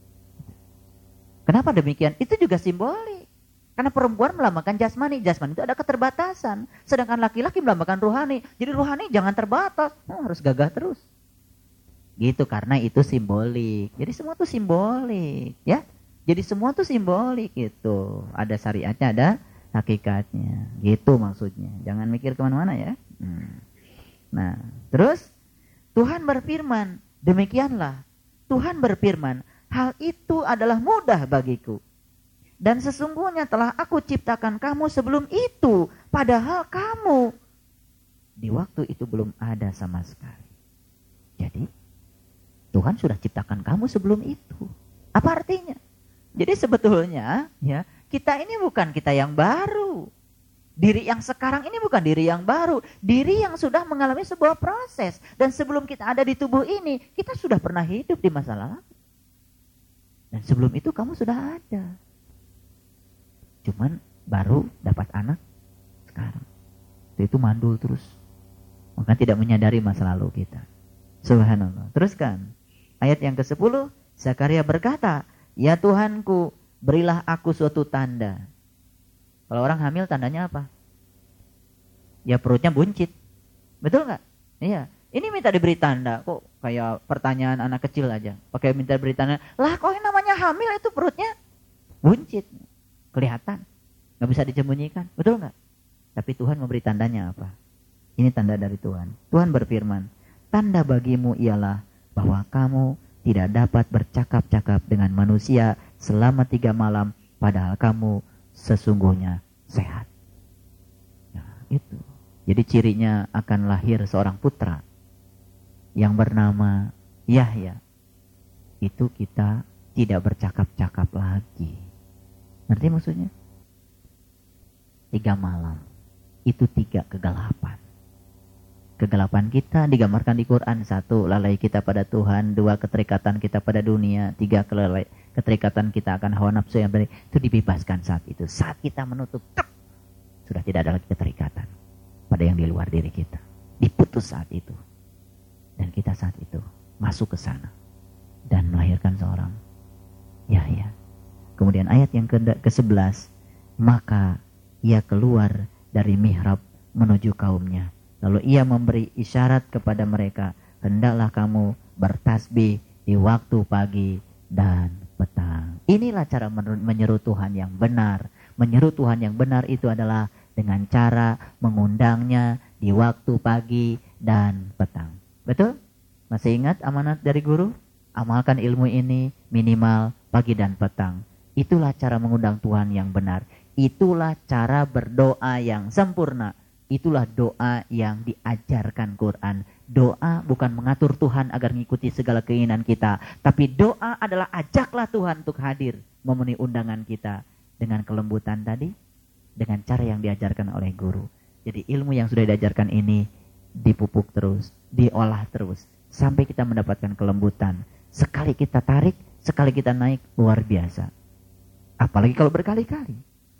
Kenapa demikian? Itu juga simbolik. Karena perempuan melambangkan jasmani, jasmani itu ada keterbatasan. Sedangkan laki-laki melambangkan rohani. Jadi rohani jangan terbatas, oh, harus gagah terus. Gitu, karena itu simbolik. Jadi semua itu simbolik, ya. Jadi semua itu simbolik itu. Ada syariatnya, ada hakikatnya. Gitu maksudnya. Jangan mikir kemana-mana ya. Hmm. Nah, terus Tuhan berfirman, demikianlah. Tuhan berfirman, hal itu adalah mudah bagiku. Dan sesungguhnya telah aku ciptakan kamu sebelum itu. Padahal kamu di waktu itu belum ada sama sekali. Jadi Tuhan sudah ciptakan kamu sebelum itu. Apa artinya? Jadi sebetulnya ya kita ini bukan kita yang baru. Diri yang sekarang ini bukan diri yang baru. Diri yang sudah mengalami sebuah proses. Dan sebelum kita ada di tubuh ini, kita sudah pernah hidup di masa lalu. Dan sebelum itu kamu sudah ada. Cuman baru dapat anak sekarang. Itu mandul terus. Maka tidak menyadari masa lalu kita. Subhanallah. Teruskan. Ayat yang kesepuluh. Zakaria berkata, ya Tuhanku, berilah aku suatu tanda. Kalau orang hamil tandanya apa? ya perutnya buncit. Betul nggak? Iya. Ini minta diberi tanda, kok kayak pertanyaan anak kecil aja. Pakai minta diberi tanda, lah kok yang namanya hamil itu perutnya buncit. Kelihatan. Nggak bisa disembunyikan. Betul nggak? Tapi Tuhan memberi tandanya apa? Ini tanda dari Tuhan. Tuhan berfirman, tanda bagimu ialah bahwa kamu tidak dapat bercakap-cakap dengan manusia selama tiga malam, padahal kamu sesungguhnya sehat. Nah, itu. Jadi cirinya akan lahir seorang putra yang bernama Yahya. Itu kita tidak bercakap-cakap lagi. Ngerti maksudnya? Tiga malam. Itu tiga kegelapan. Kegelapan kita digambarkan di Quran. Satu, lalai kita pada Tuhan. Dua, keterikatan kita pada dunia. Tiga, kelalai, keterikatan kita akan hawa nafsu yang baik. Itu dibebaskan saat itu. Saat kita menutup, tuk, sudah tidak ada lagi keterikatan pada yang di luar diri kita. Diputus saat itu. Dan kita saat itu masuk ke sana. Dan melahirkan seorang Yahya. Kemudian ayat yang ke sebelas. Maka ia keluar dari mihrab menuju kaumnya. Lalu ia memberi isyarat kepada mereka, hendaklah kamu bertasbih di waktu pagi dan petang. Inilah cara menyeru Tuhan yang benar. Menyeru Tuhan yang benar itu adalah dengan cara mengundangnya di waktu pagi dan petang. Betul? Masih ingat amanat dari guru? Amalkan ilmu ini minimal pagi dan petang. Itulah cara mengundang Tuhan yang benar. Itulah cara berdoa yang sempurna. Itulah doa yang diajarkan Quran. Doa bukan mengatur Tuhan agar mengikuti segala keinginan kita. Tapi doa adalah ajaklah Tuhan untuk hadir. Memenuhi undangan kita. Dengan kelembutan tadi. Dengan cara yang diajarkan oleh guru. Jadi ilmu yang sudah diajarkan ini dipupuk terus. Diolah terus. Sampai kita mendapatkan kelembutan. Sekali kita tarik, sekali kita naik, luar biasa. Apalagi kalau berkali-kali.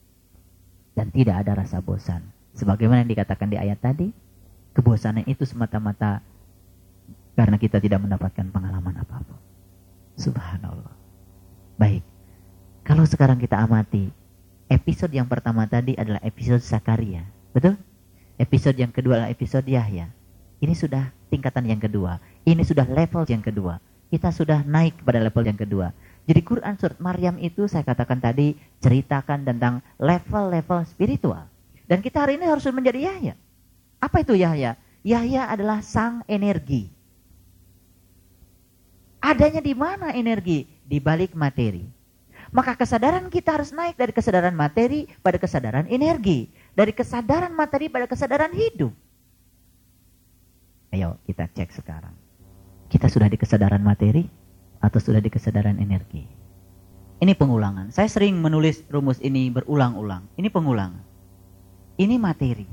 Dan tidak ada rasa bosan. Sebagaimana yang dikatakan di ayat tadi, kebosanan itu semata-mata karena kita tidak mendapatkan pengalaman apapun. Subhanallah. Baik, kalau sekarang kita amati, episode yang pertama tadi adalah episode Zakaria, betul? Episode yang kedua adalah episode Yahya. Ini sudah tingkatan yang kedua. Ini sudah level yang kedua. Kita sudah naik pada level yang kedua. Jadi Quran surat Maryam itu saya katakan tadi ceritakan tentang level-level spiritual. Dan kita hari ini harus menjadi Yahya. Apa itu Yahya? Yahya adalah sang energi. Adanya di mana energi? Di balik materi. Maka kesadaran kita harus naik dari kesadaran materi pada kesadaran energi. Dari kesadaran materi pada kesadaran hidup. Ayo kita cek sekarang. Kita sudah di kesadaran materi atau sudah di kesadaran energi? Ini pengulangan. Saya sering menulis rumus ini berulang-ulang. Ini pengulangan. Ini materi.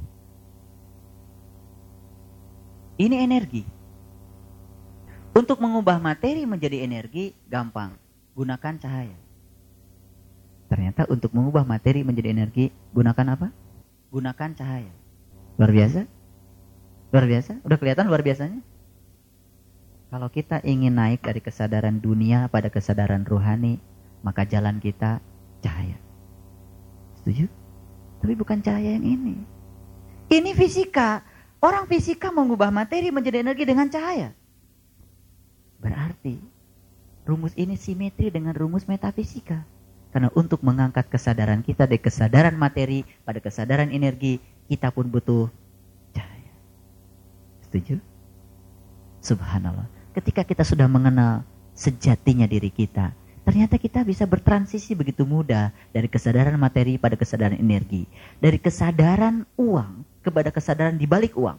Ini energi. Untuk mengubah materi menjadi energi gampang. Gunakan cahaya. Ternyata untuk mengubah materi menjadi energi gunakan apa? Gunakan cahaya. Luar biasa? Luar biasa? Udah kelihatan luar biasanya? Kalau kita ingin naik dari kesadaran dunia pada kesadaran rohani, maka jalan kita cahaya. Setuju? Tapi bukan cahaya yang ini. Ini fisika. Orang fisika mengubah materi menjadi energi dengan cahaya. Berarti rumus ini simetri dengan rumus metafisika. Karena untuk mengangkat kesadaran kita dari kesadaran materi pada kesadaran energi, kita pun butuh cahaya. Setuju? Subhanallah. Ketika kita sudah mengenal sejatinya diri kita, ternyata kita bisa bertransisi begitu mudah dari kesadaran materi pada kesadaran energi. Dari kesadaran uang kepada kesadaran di balik uang.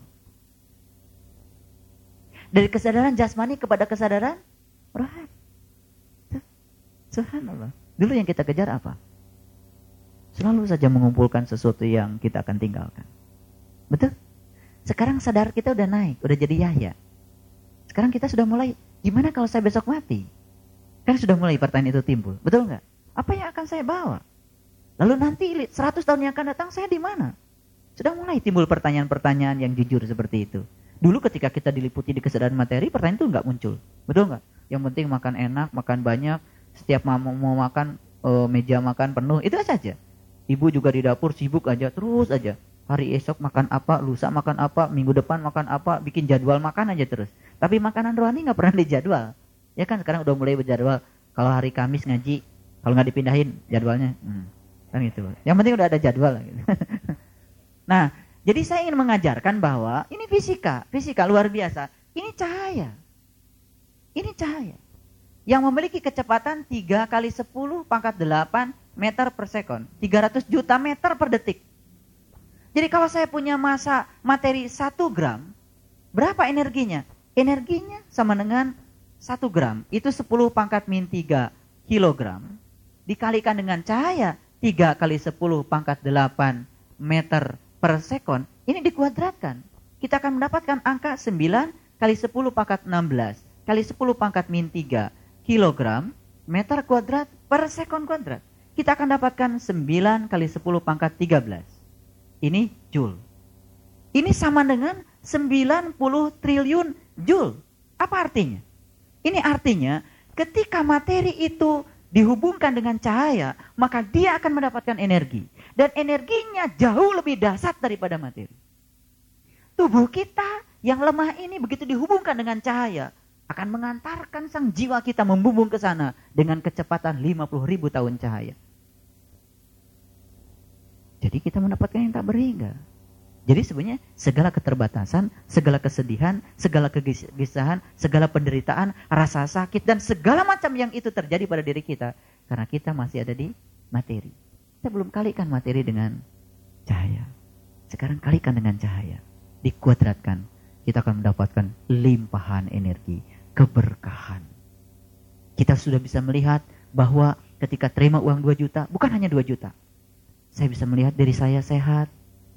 Dari kesadaran jasmani kepada kesadaran rohani. Subhanallah. Dulu yang kita kejar apa? Selalu saja mengumpulkan sesuatu yang kita akan tinggalkan. Betul? Sekarang sadar kita udah naik, udah jadi Yahya. Sekarang kita sudah mulai, gimana kalau saya besok mati? Kan sudah mulai pertanyaan itu timbul, betul nggak? Apa yang akan saya bawa? Lalu nanti seratus tahun yang akan datang saya di mana? Sudah mulai timbul pertanyaan-pertanyaan yang jujur seperti itu. Dulu ketika kita diliputi di kesadaran materi, pertanyaan itu nggak muncul, betul nggak? Yang penting makan enak, makan banyak, setiap mau, mau makan e, meja makan penuh, itu saja. Ibu juga di dapur sibuk aja, terus aja. Hari esok makan apa, lusa makan apa, minggu depan makan apa, bikin jadwal makan aja terus. Tapi makanan rohani nggak pernah dijadwal. Ya kan sekarang udah mulai berjadwal. Kalau hari Kamis ngaji, kalau nggak dipindahin jadwalnya, hmm, kan gitu. Yang penting udah ada jadwal. Gitu. Nah, jadi saya ingin mengajarkan bahwa ini fisika, fisika luar biasa. Ini cahaya, ini cahaya yang memiliki kecepatan tiga kali sepuluh pangkat delapan meter per sekon, tiga ratus juta meter per detik. Jadi kalau saya punya massa materi satu gram, berapa energinya? Energinya sama dengan satu gram, itu sepuluh pangkat min tiga kilogram, dikalikan dengan cahaya, tiga kali sepuluh pangkat delapan meter per sekon, ini dikuadratkan. Kita akan mendapatkan angka sembilan kali sepuluh pangkat enam belas, kali sepuluh pangkat min tiga kilogram, meter kuadrat per sekon kuadrat. Kita akan dapatkan sembilan kali sepuluh pangkat tiga belas. Ini joule. Ini sama dengan sembilan puluh triliun joule. Apa artinya? Ini artinya ketika materi itu dihubungkan dengan cahaya, maka dia akan mendapatkan energi. Dan energinya jauh lebih dahsyat daripada materi. Tubuh kita yang lemah ini begitu dihubungkan dengan cahaya, akan mengantarkan sang jiwa kita membumbung ke sana dengan kecepatan lima puluh ribu tahun cahaya. Jadi kita mendapatkan yang tak berhingga. Jadi sebenarnya segala keterbatasan, segala kesedihan, segala kegelisahan, segala penderitaan, rasa sakit, dan segala macam yang itu terjadi pada diri kita. Karena kita masih ada di materi. Kita belum kalikan materi dengan cahaya. Sekarang kalikan dengan cahaya. Dikuadratkan. Kita akan mendapatkan limpahan energi, keberkahan. Kita sudah bisa melihat bahwa ketika terima uang dua juta, bukan hanya dua juta. Saya bisa melihat diri saya sehat.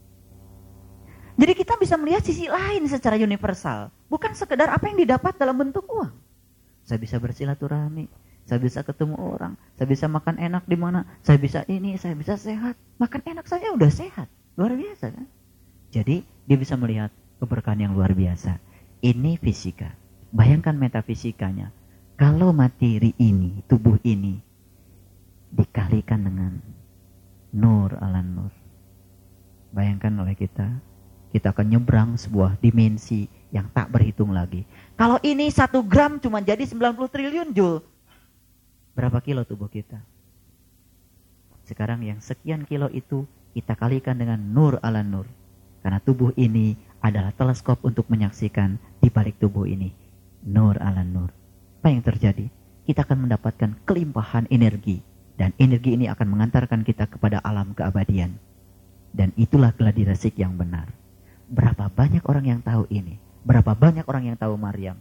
Jadi kita bisa melihat sisi lain secara universal. Bukan sekedar apa yang didapat dalam bentuk uang. Saya bisa bersilaturahmi. Saya bisa ketemu orang. Saya bisa makan enak di mana. Saya bisa ini, saya bisa sehat. Makan enak saja udah sehat. Luar biasa kan? Jadi dia bisa melihat keberkahan yang luar biasa. Ini fisika. Bayangkan metafisikanya. Kalau materi ini, tubuh ini, dikalikan dengan nur ala nur. Bayangkan oleh kita, kita akan nyebrang sebuah dimensi yang tak berhitung lagi. Kalau ini satu gram cuma jadi sembilan puluh triliun joule. Berapa kilo tubuh kita? Sekarang yang sekian kilo itu kita kalikan dengan nur ala nur. Karena tubuh ini adalah teleskop untuk menyaksikan di balik tubuh ini. Nur ala nur. Apa yang terjadi? Kita akan mendapatkan kelimpahan energi. Dan energi ini akan mengantarkan kita kepada alam keabadian. Dan itulah gladi resik yang benar. Berapa banyak orang yang tahu ini? Berapa banyak orang yang tahu Maryam?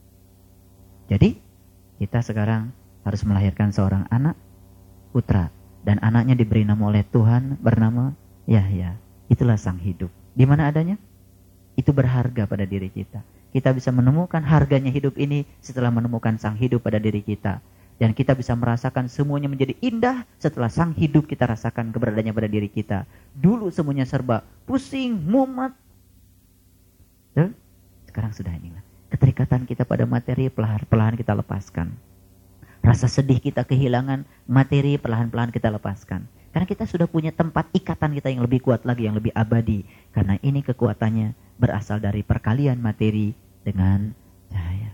Jadi, kita sekarang harus melahirkan seorang anak, putra. Dan anaknya diberi nama oleh Tuhan bernama Yahya. Itulah sang hidup. Di mana adanya? Itu berharga pada diri kita. Kita bisa menemukan harganya hidup ini setelah menemukan sang hidup pada diri kita. Dan kita bisa merasakan semuanya menjadi indah setelah sang hidup kita rasakan keberadaannya pada diri kita. Dulu semuanya serba pusing, mumet. Dan sekarang sudah inilah. Keterikatan kita pada materi perlahan-perlahan kita lepaskan. Rasa sedih kita kehilangan materi perlahan-perlahan kita lepaskan. Karena kita sudah punya tempat ikatan kita yang lebih kuat lagi, yang lebih abadi. Karena ini kekuatannya berasal dari perkalian materi dengan cahaya.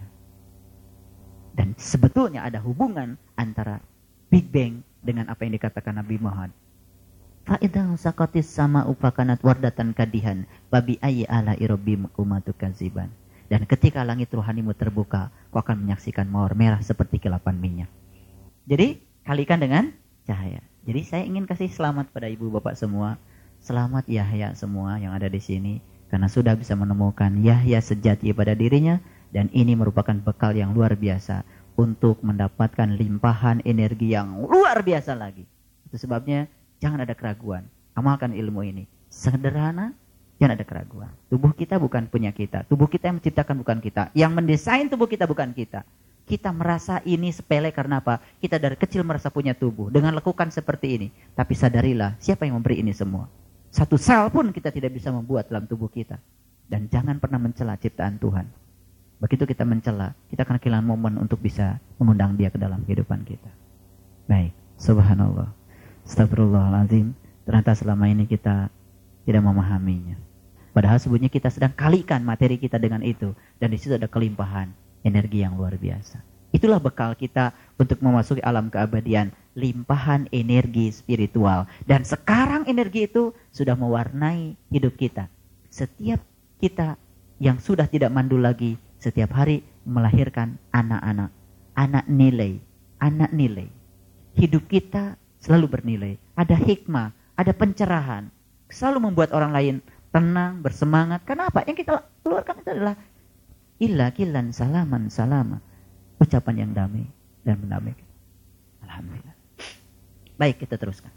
Dan sebetulnya ada hubungan antara Big Bang dengan apa yang dikatakan Nabi Muhammad. Fa'idang sakatis sama upakanat wardatan kadihan babi ayyi ala irobim umatukaziban. Dan ketika langit rohanimu terbuka, kau akan menyaksikan mawar merah seperti kilapan minyak. Jadi kalikan dengan cahaya. Jadi saya ingin kasih selamat pada ibu bapak semua. Selamat Yahya semua yang ada di sini. Karena sudah bisa menemukan Yahya sejati pada dirinya. Dan ini merupakan bekal yang luar biasa untuk mendapatkan limpahan energi yang luar biasa lagi. Itu sebabnya jangan ada keraguan. Amalkan ilmu ini. Sederhana, jangan ada keraguan. Tubuh kita bukan punya kita. Tubuh kita yang menciptakan bukan kita. Yang mendesain tubuh kita bukan kita. Kita merasa ini sepele karena apa? Kita dari kecil merasa punya tubuh. Dengan lekukan seperti ini. Tapi sadarilah siapa yang memberi ini semua. Satu sel pun kita tidak bisa membuat dalam tubuh kita. Dan jangan pernah mencela ciptaan Tuhan. Begitu kita mencela, kita akan kehilangan momen untuk bisa mengundang dia ke dalam kehidupan kita. Baik, subhanallah. Astagfirullahaladzim. Ternyata selama ini kita tidak memahaminya. Padahal sebetulnya kita sedang kalikan materi kita dengan itu. Dan di situ ada kelimpahan energi yang luar biasa. Itulah bekal kita untuk memasuki alam keabadian. Limpahan energi spiritual. Dan sekarang energi itu sudah mewarnai hidup kita. Setiap kita yang sudah tidak mandul lagi, setiap hari melahirkan anak-anak. Anak nilai. Anak nilai. Hidup kita selalu bernilai. Ada hikmah, ada pencerahan. Selalu membuat orang lain tenang, bersemangat. Kenapa? Yang kita keluarkan itu adalah illa kilan salaman salama. Ucapan yang damai dan mendamaikan. Alhamdulillah. Baik, kita teruskan.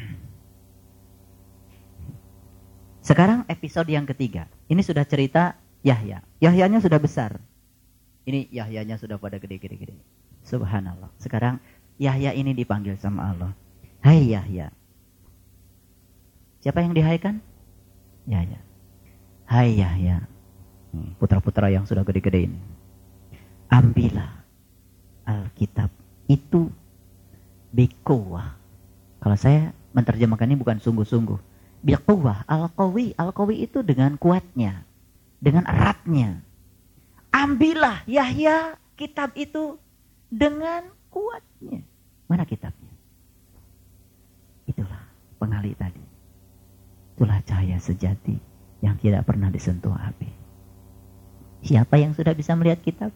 Sekarang episode yang ketiga. Ini sudah cerita Yahya. Yahyanya sudah besar. Ini Yahyanya sudah pada gede-gede. Subhanallah. Sekarang Yahya ini dipanggil sama Allah. Hai Yahya. Siapa yang dihaikan? Yahya. Hai Yahya. Putra-putra yang sudah gede-gede ini. Ambillah Alkitab itu biquwah. Kalau saya menerjemahkan ini bukan sungguh-sungguh. Biquwah, al-qawi. Al-qawi itu dengan kuatnya. Dengan eratnya. Ambillah Yahya kitab itu dengan kuatnya. Mana kitabnya? Itulah pengali tadi. Itulah cahaya sejati yang tidak pernah disentuh api. Siapa yang sudah bisa melihat kitab?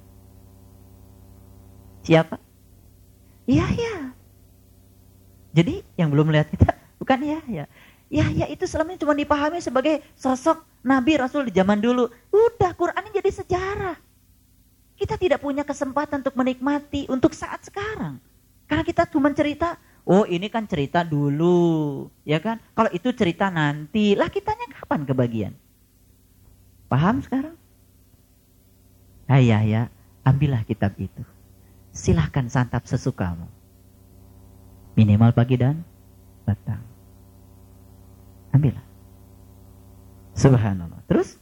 Siapa? Yahya. Jadi yang belum melihat kitab bukan Yahya. Yahya itu selama ini cuma dipahami sebagai sosok Nabi Rasul di zaman dulu. Udah, Quran ini jadi sejarah. Kita tidak punya kesempatan untuk menikmati untuk saat sekarang. Karena kita cuma cerita, oh ini kan cerita dulu, ya kan? Kalau itu cerita nanti, lah kitanya kapan kebagian? Paham sekarang? Hai Yahya, ambillah kitab itu. Silahkan santap sesukamu. Minimal pagi dan petang. Ambillah. Subhanallah. Terus?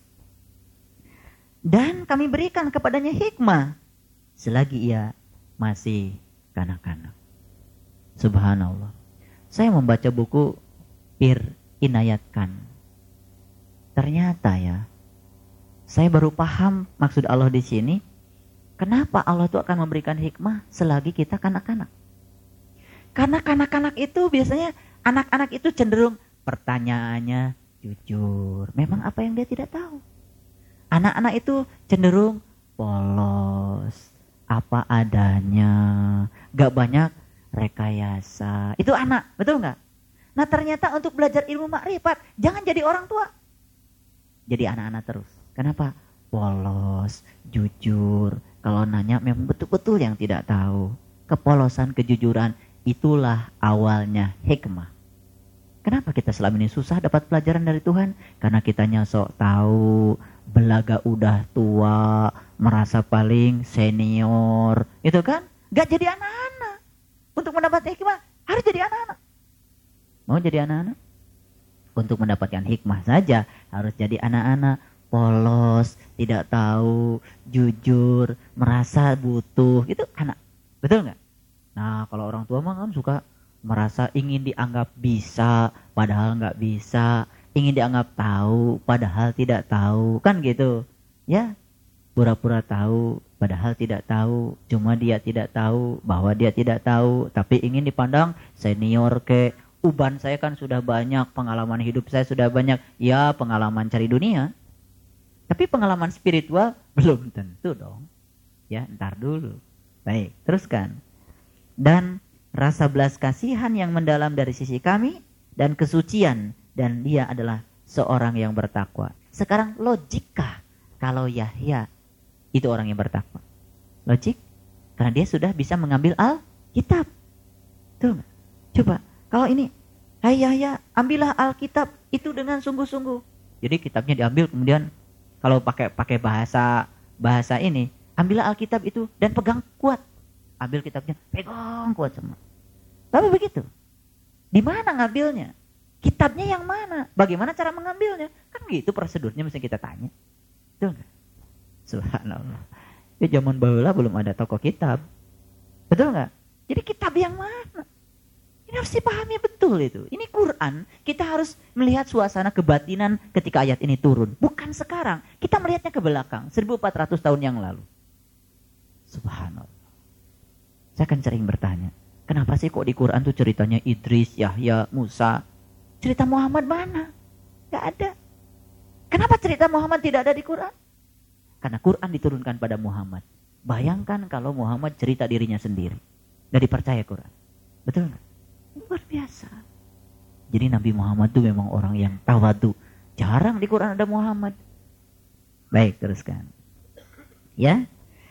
Dan kami berikan kepadanya hikmah selagi ia masih kanak-kanak. Subhanallah. Saya membaca buku Pir Inayat Khan. Ternyata ya, saya baru paham maksud Allah di sini. Kenapa Allah itu akan memberikan hikmah selagi kita kanak-kanak? Karena kanak-kanak itu biasanya, anak-anak itu cenderung pertanyaannya jujur. Memang apa yang dia tidak tahu. Anak-anak itu cenderung polos, apa adanya, gak banyak rekayasa. Itu anak, betul nggak? Nah ternyata untuk belajar ilmu makrifat, jangan jadi orang tua. Jadi anak-anak terus. Kenapa? Polos, jujur. Kalau nanya memang betul-betul yang tidak tahu. Kepolosan, kejujuran, itulah awalnya hikmah. Kenapa kita selama ini susah dapat pelajaran dari Tuhan? Karena kitanya sok tahu, belaga udah tua, merasa paling senior. Itu kan? Gak jadi anak-anak. Untuk mendapatkan hikmah harus jadi anak-anak. Mau jadi anak-anak? Untuk mendapatkan hikmah saja harus jadi anak-anak. Polos, tidak tahu, jujur, merasa butuh. Itu anak. Betul nggak? Nah kalau orang tua mah kan suka merasa ingin dianggap bisa padahal nggak bisa. Ingin dianggap tahu padahal tidak tahu. Kan gitu. Ya, pura-pura tahu padahal tidak tahu. Cuma dia tidak tahu bahwa dia tidak tahu. Tapi ingin dipandang senior ke. Uban saya kan sudah banyak. Pengalaman hidup saya sudah banyak. Ya pengalaman cari dunia. Tapi pengalaman spiritual belum tentu dong. Ya ntar dulu. Baik, teruskan. Dan rasa belas kasihan yang mendalam dari sisi kami. Dan kesucian. Dan dia adalah seorang yang bertakwa. Sekarang logikah kalau Yahya itu orang yang bertakwa? Logik? Karena dia sudah bisa mengambil Alkitab. Tuh, coba. Kalau ini, hai Yahya, ambillah Alkitab itu dengan sungguh-sungguh. Jadi kitabnya diambil kemudian kalau pakai pakai bahasa bahasa ini, ambillah Alkitab itu dan pegang kuat. Ambil kitabnya, pegang kuat semua. Tapi begitu. Di mana ngambilnya? Kitabnya yang mana? Bagaimana cara mengambilnya? Kan gitu prosedurnya mesti kita tanya. Betul nggak? Subhanallah. Ya zaman baheula belum ada toko kitab. Betul nggak? Jadi kitab yang mana? Ini harus dipahami betul itu. Ini Quran, kita harus melihat suasana kebatinan ketika ayat ini turun. Bukan sekarang, kita melihatnya ke belakang, seribu empat ratus tahun yang lalu. Subhanallah. Saya akan sering bertanya, kenapa sih kok di Quran tuh ceritanya Idris, Yahya, Musa? Cerita Muhammad mana? Gak ada. Kenapa cerita Muhammad tidak ada di Quran? Karena Quran diturunkan pada Muhammad. Bayangkan kalau Muhammad cerita dirinya sendiri. Gak dipercaya Quran. Betul gak? Luar biasa. Jadi Nabi Muhammad itu memang orang yang tawadu. Jarang di Quran ada Muhammad. Baik, teruskan. Ya.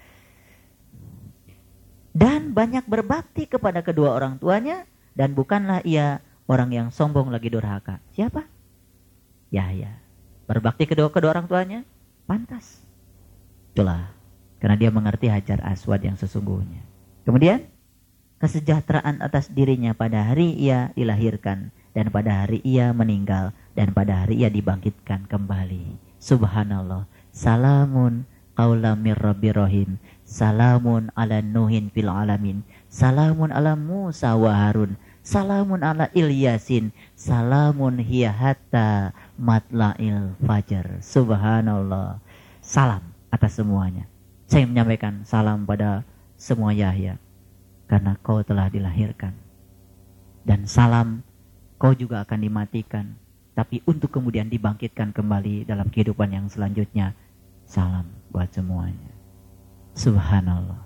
Dan banyak berbakti kepada kedua orang tuanya. Dan bukanlah ia orang yang sombong lagi durhaka. Siapa? Yahya. Berbakti kedua kedua orang tuanya? Pantas. Itulah. Karena dia mengerti Hajar Aswad yang sesungguhnya. Kemudian, kesejahteraan atas dirinya pada hari ia dilahirkan. Dan pada hari ia meninggal. Dan pada hari ia dibangkitkan kembali. Subhanallah. Salamun qaulam mir rabbir rahim. Salamun ala Nuhin fil alamin. Salamun ala Musa wa Harun. Salamun ala Ilyasin. Salamun hiya hatta matla'il fajar. Subhanallah. Salam atas semuanya. Saya menyampaikan salam pada semua Yahya. Karena kau telah dilahirkan. Dan salam kau juga akan dimatikan. Tapi untuk kemudian dibangkitkan kembali dalam kehidupan yang selanjutnya. Salam buat semuanya. Subhanallah.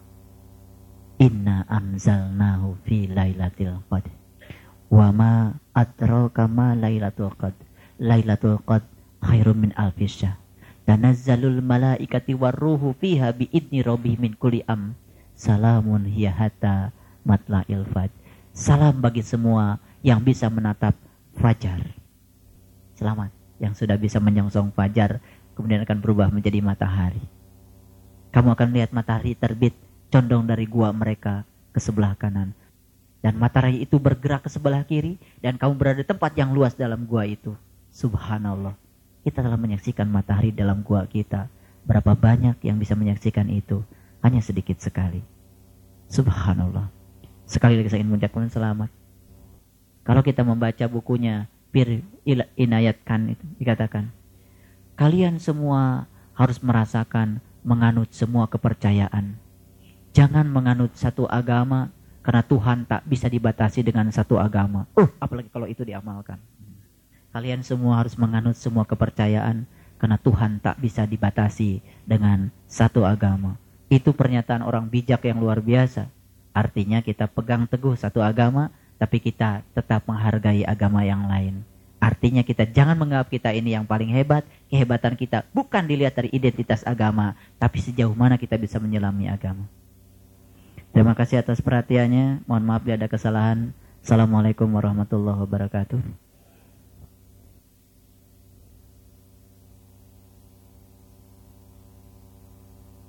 Inna anzalnahu fi lailatul qadr. Wa ma adraka ma lailatul qadr. Lailatul qadr khairum min alfi syahr. Tanazzalul malaikati warruhu fiha biidni rabbihim min kulli am. Salamun hiya hatta matla'il fajr. Salam bagi semua yang bisa menatap fajar. Selamat yang sudah bisa menyongsong fajar, kemudian akan berubah menjadi matahari. Kamu akan melihat matahari terbit condong dari gua mereka ke sebelah kanan. Dan matahari itu bergerak ke sebelah kiri. Dan kamu berada di tempat yang luas dalam gua itu. Subhanallah. Kita telah menyaksikan matahari dalam gua kita. Berapa banyak yang bisa menyaksikan itu? Hanya sedikit sekali. Subhanallah. Sekali lagi saya ingin mengucapkan selamat. Kalau kita membaca bukunya Pir Inayat Khan itu dikatakan, kalian semua harus merasakan menganut semua kepercayaan. Jangan menganut satu agama karena Tuhan tak bisa dibatasi dengan satu agama. Uh, apalagi kalau itu diamalkan. Kalian semua harus menganut semua kepercayaan karena Tuhan tak bisa dibatasi dengan satu agama. Itu pernyataan orang bijak yang luar biasa. Artinya kita pegang teguh satu agama, tapi kita tetap menghargai agama yang lain. Artinya kita jangan menganggap kita ini yang paling hebat. Kehebatan kita bukan dilihat dari identitas agama, tapi sejauh mana kita bisa menyelami agama. Terima kasih atas perhatiannya. Mohon maaf bila ada kesalahan. Assalamualaikum warahmatullahi wabarakatuh.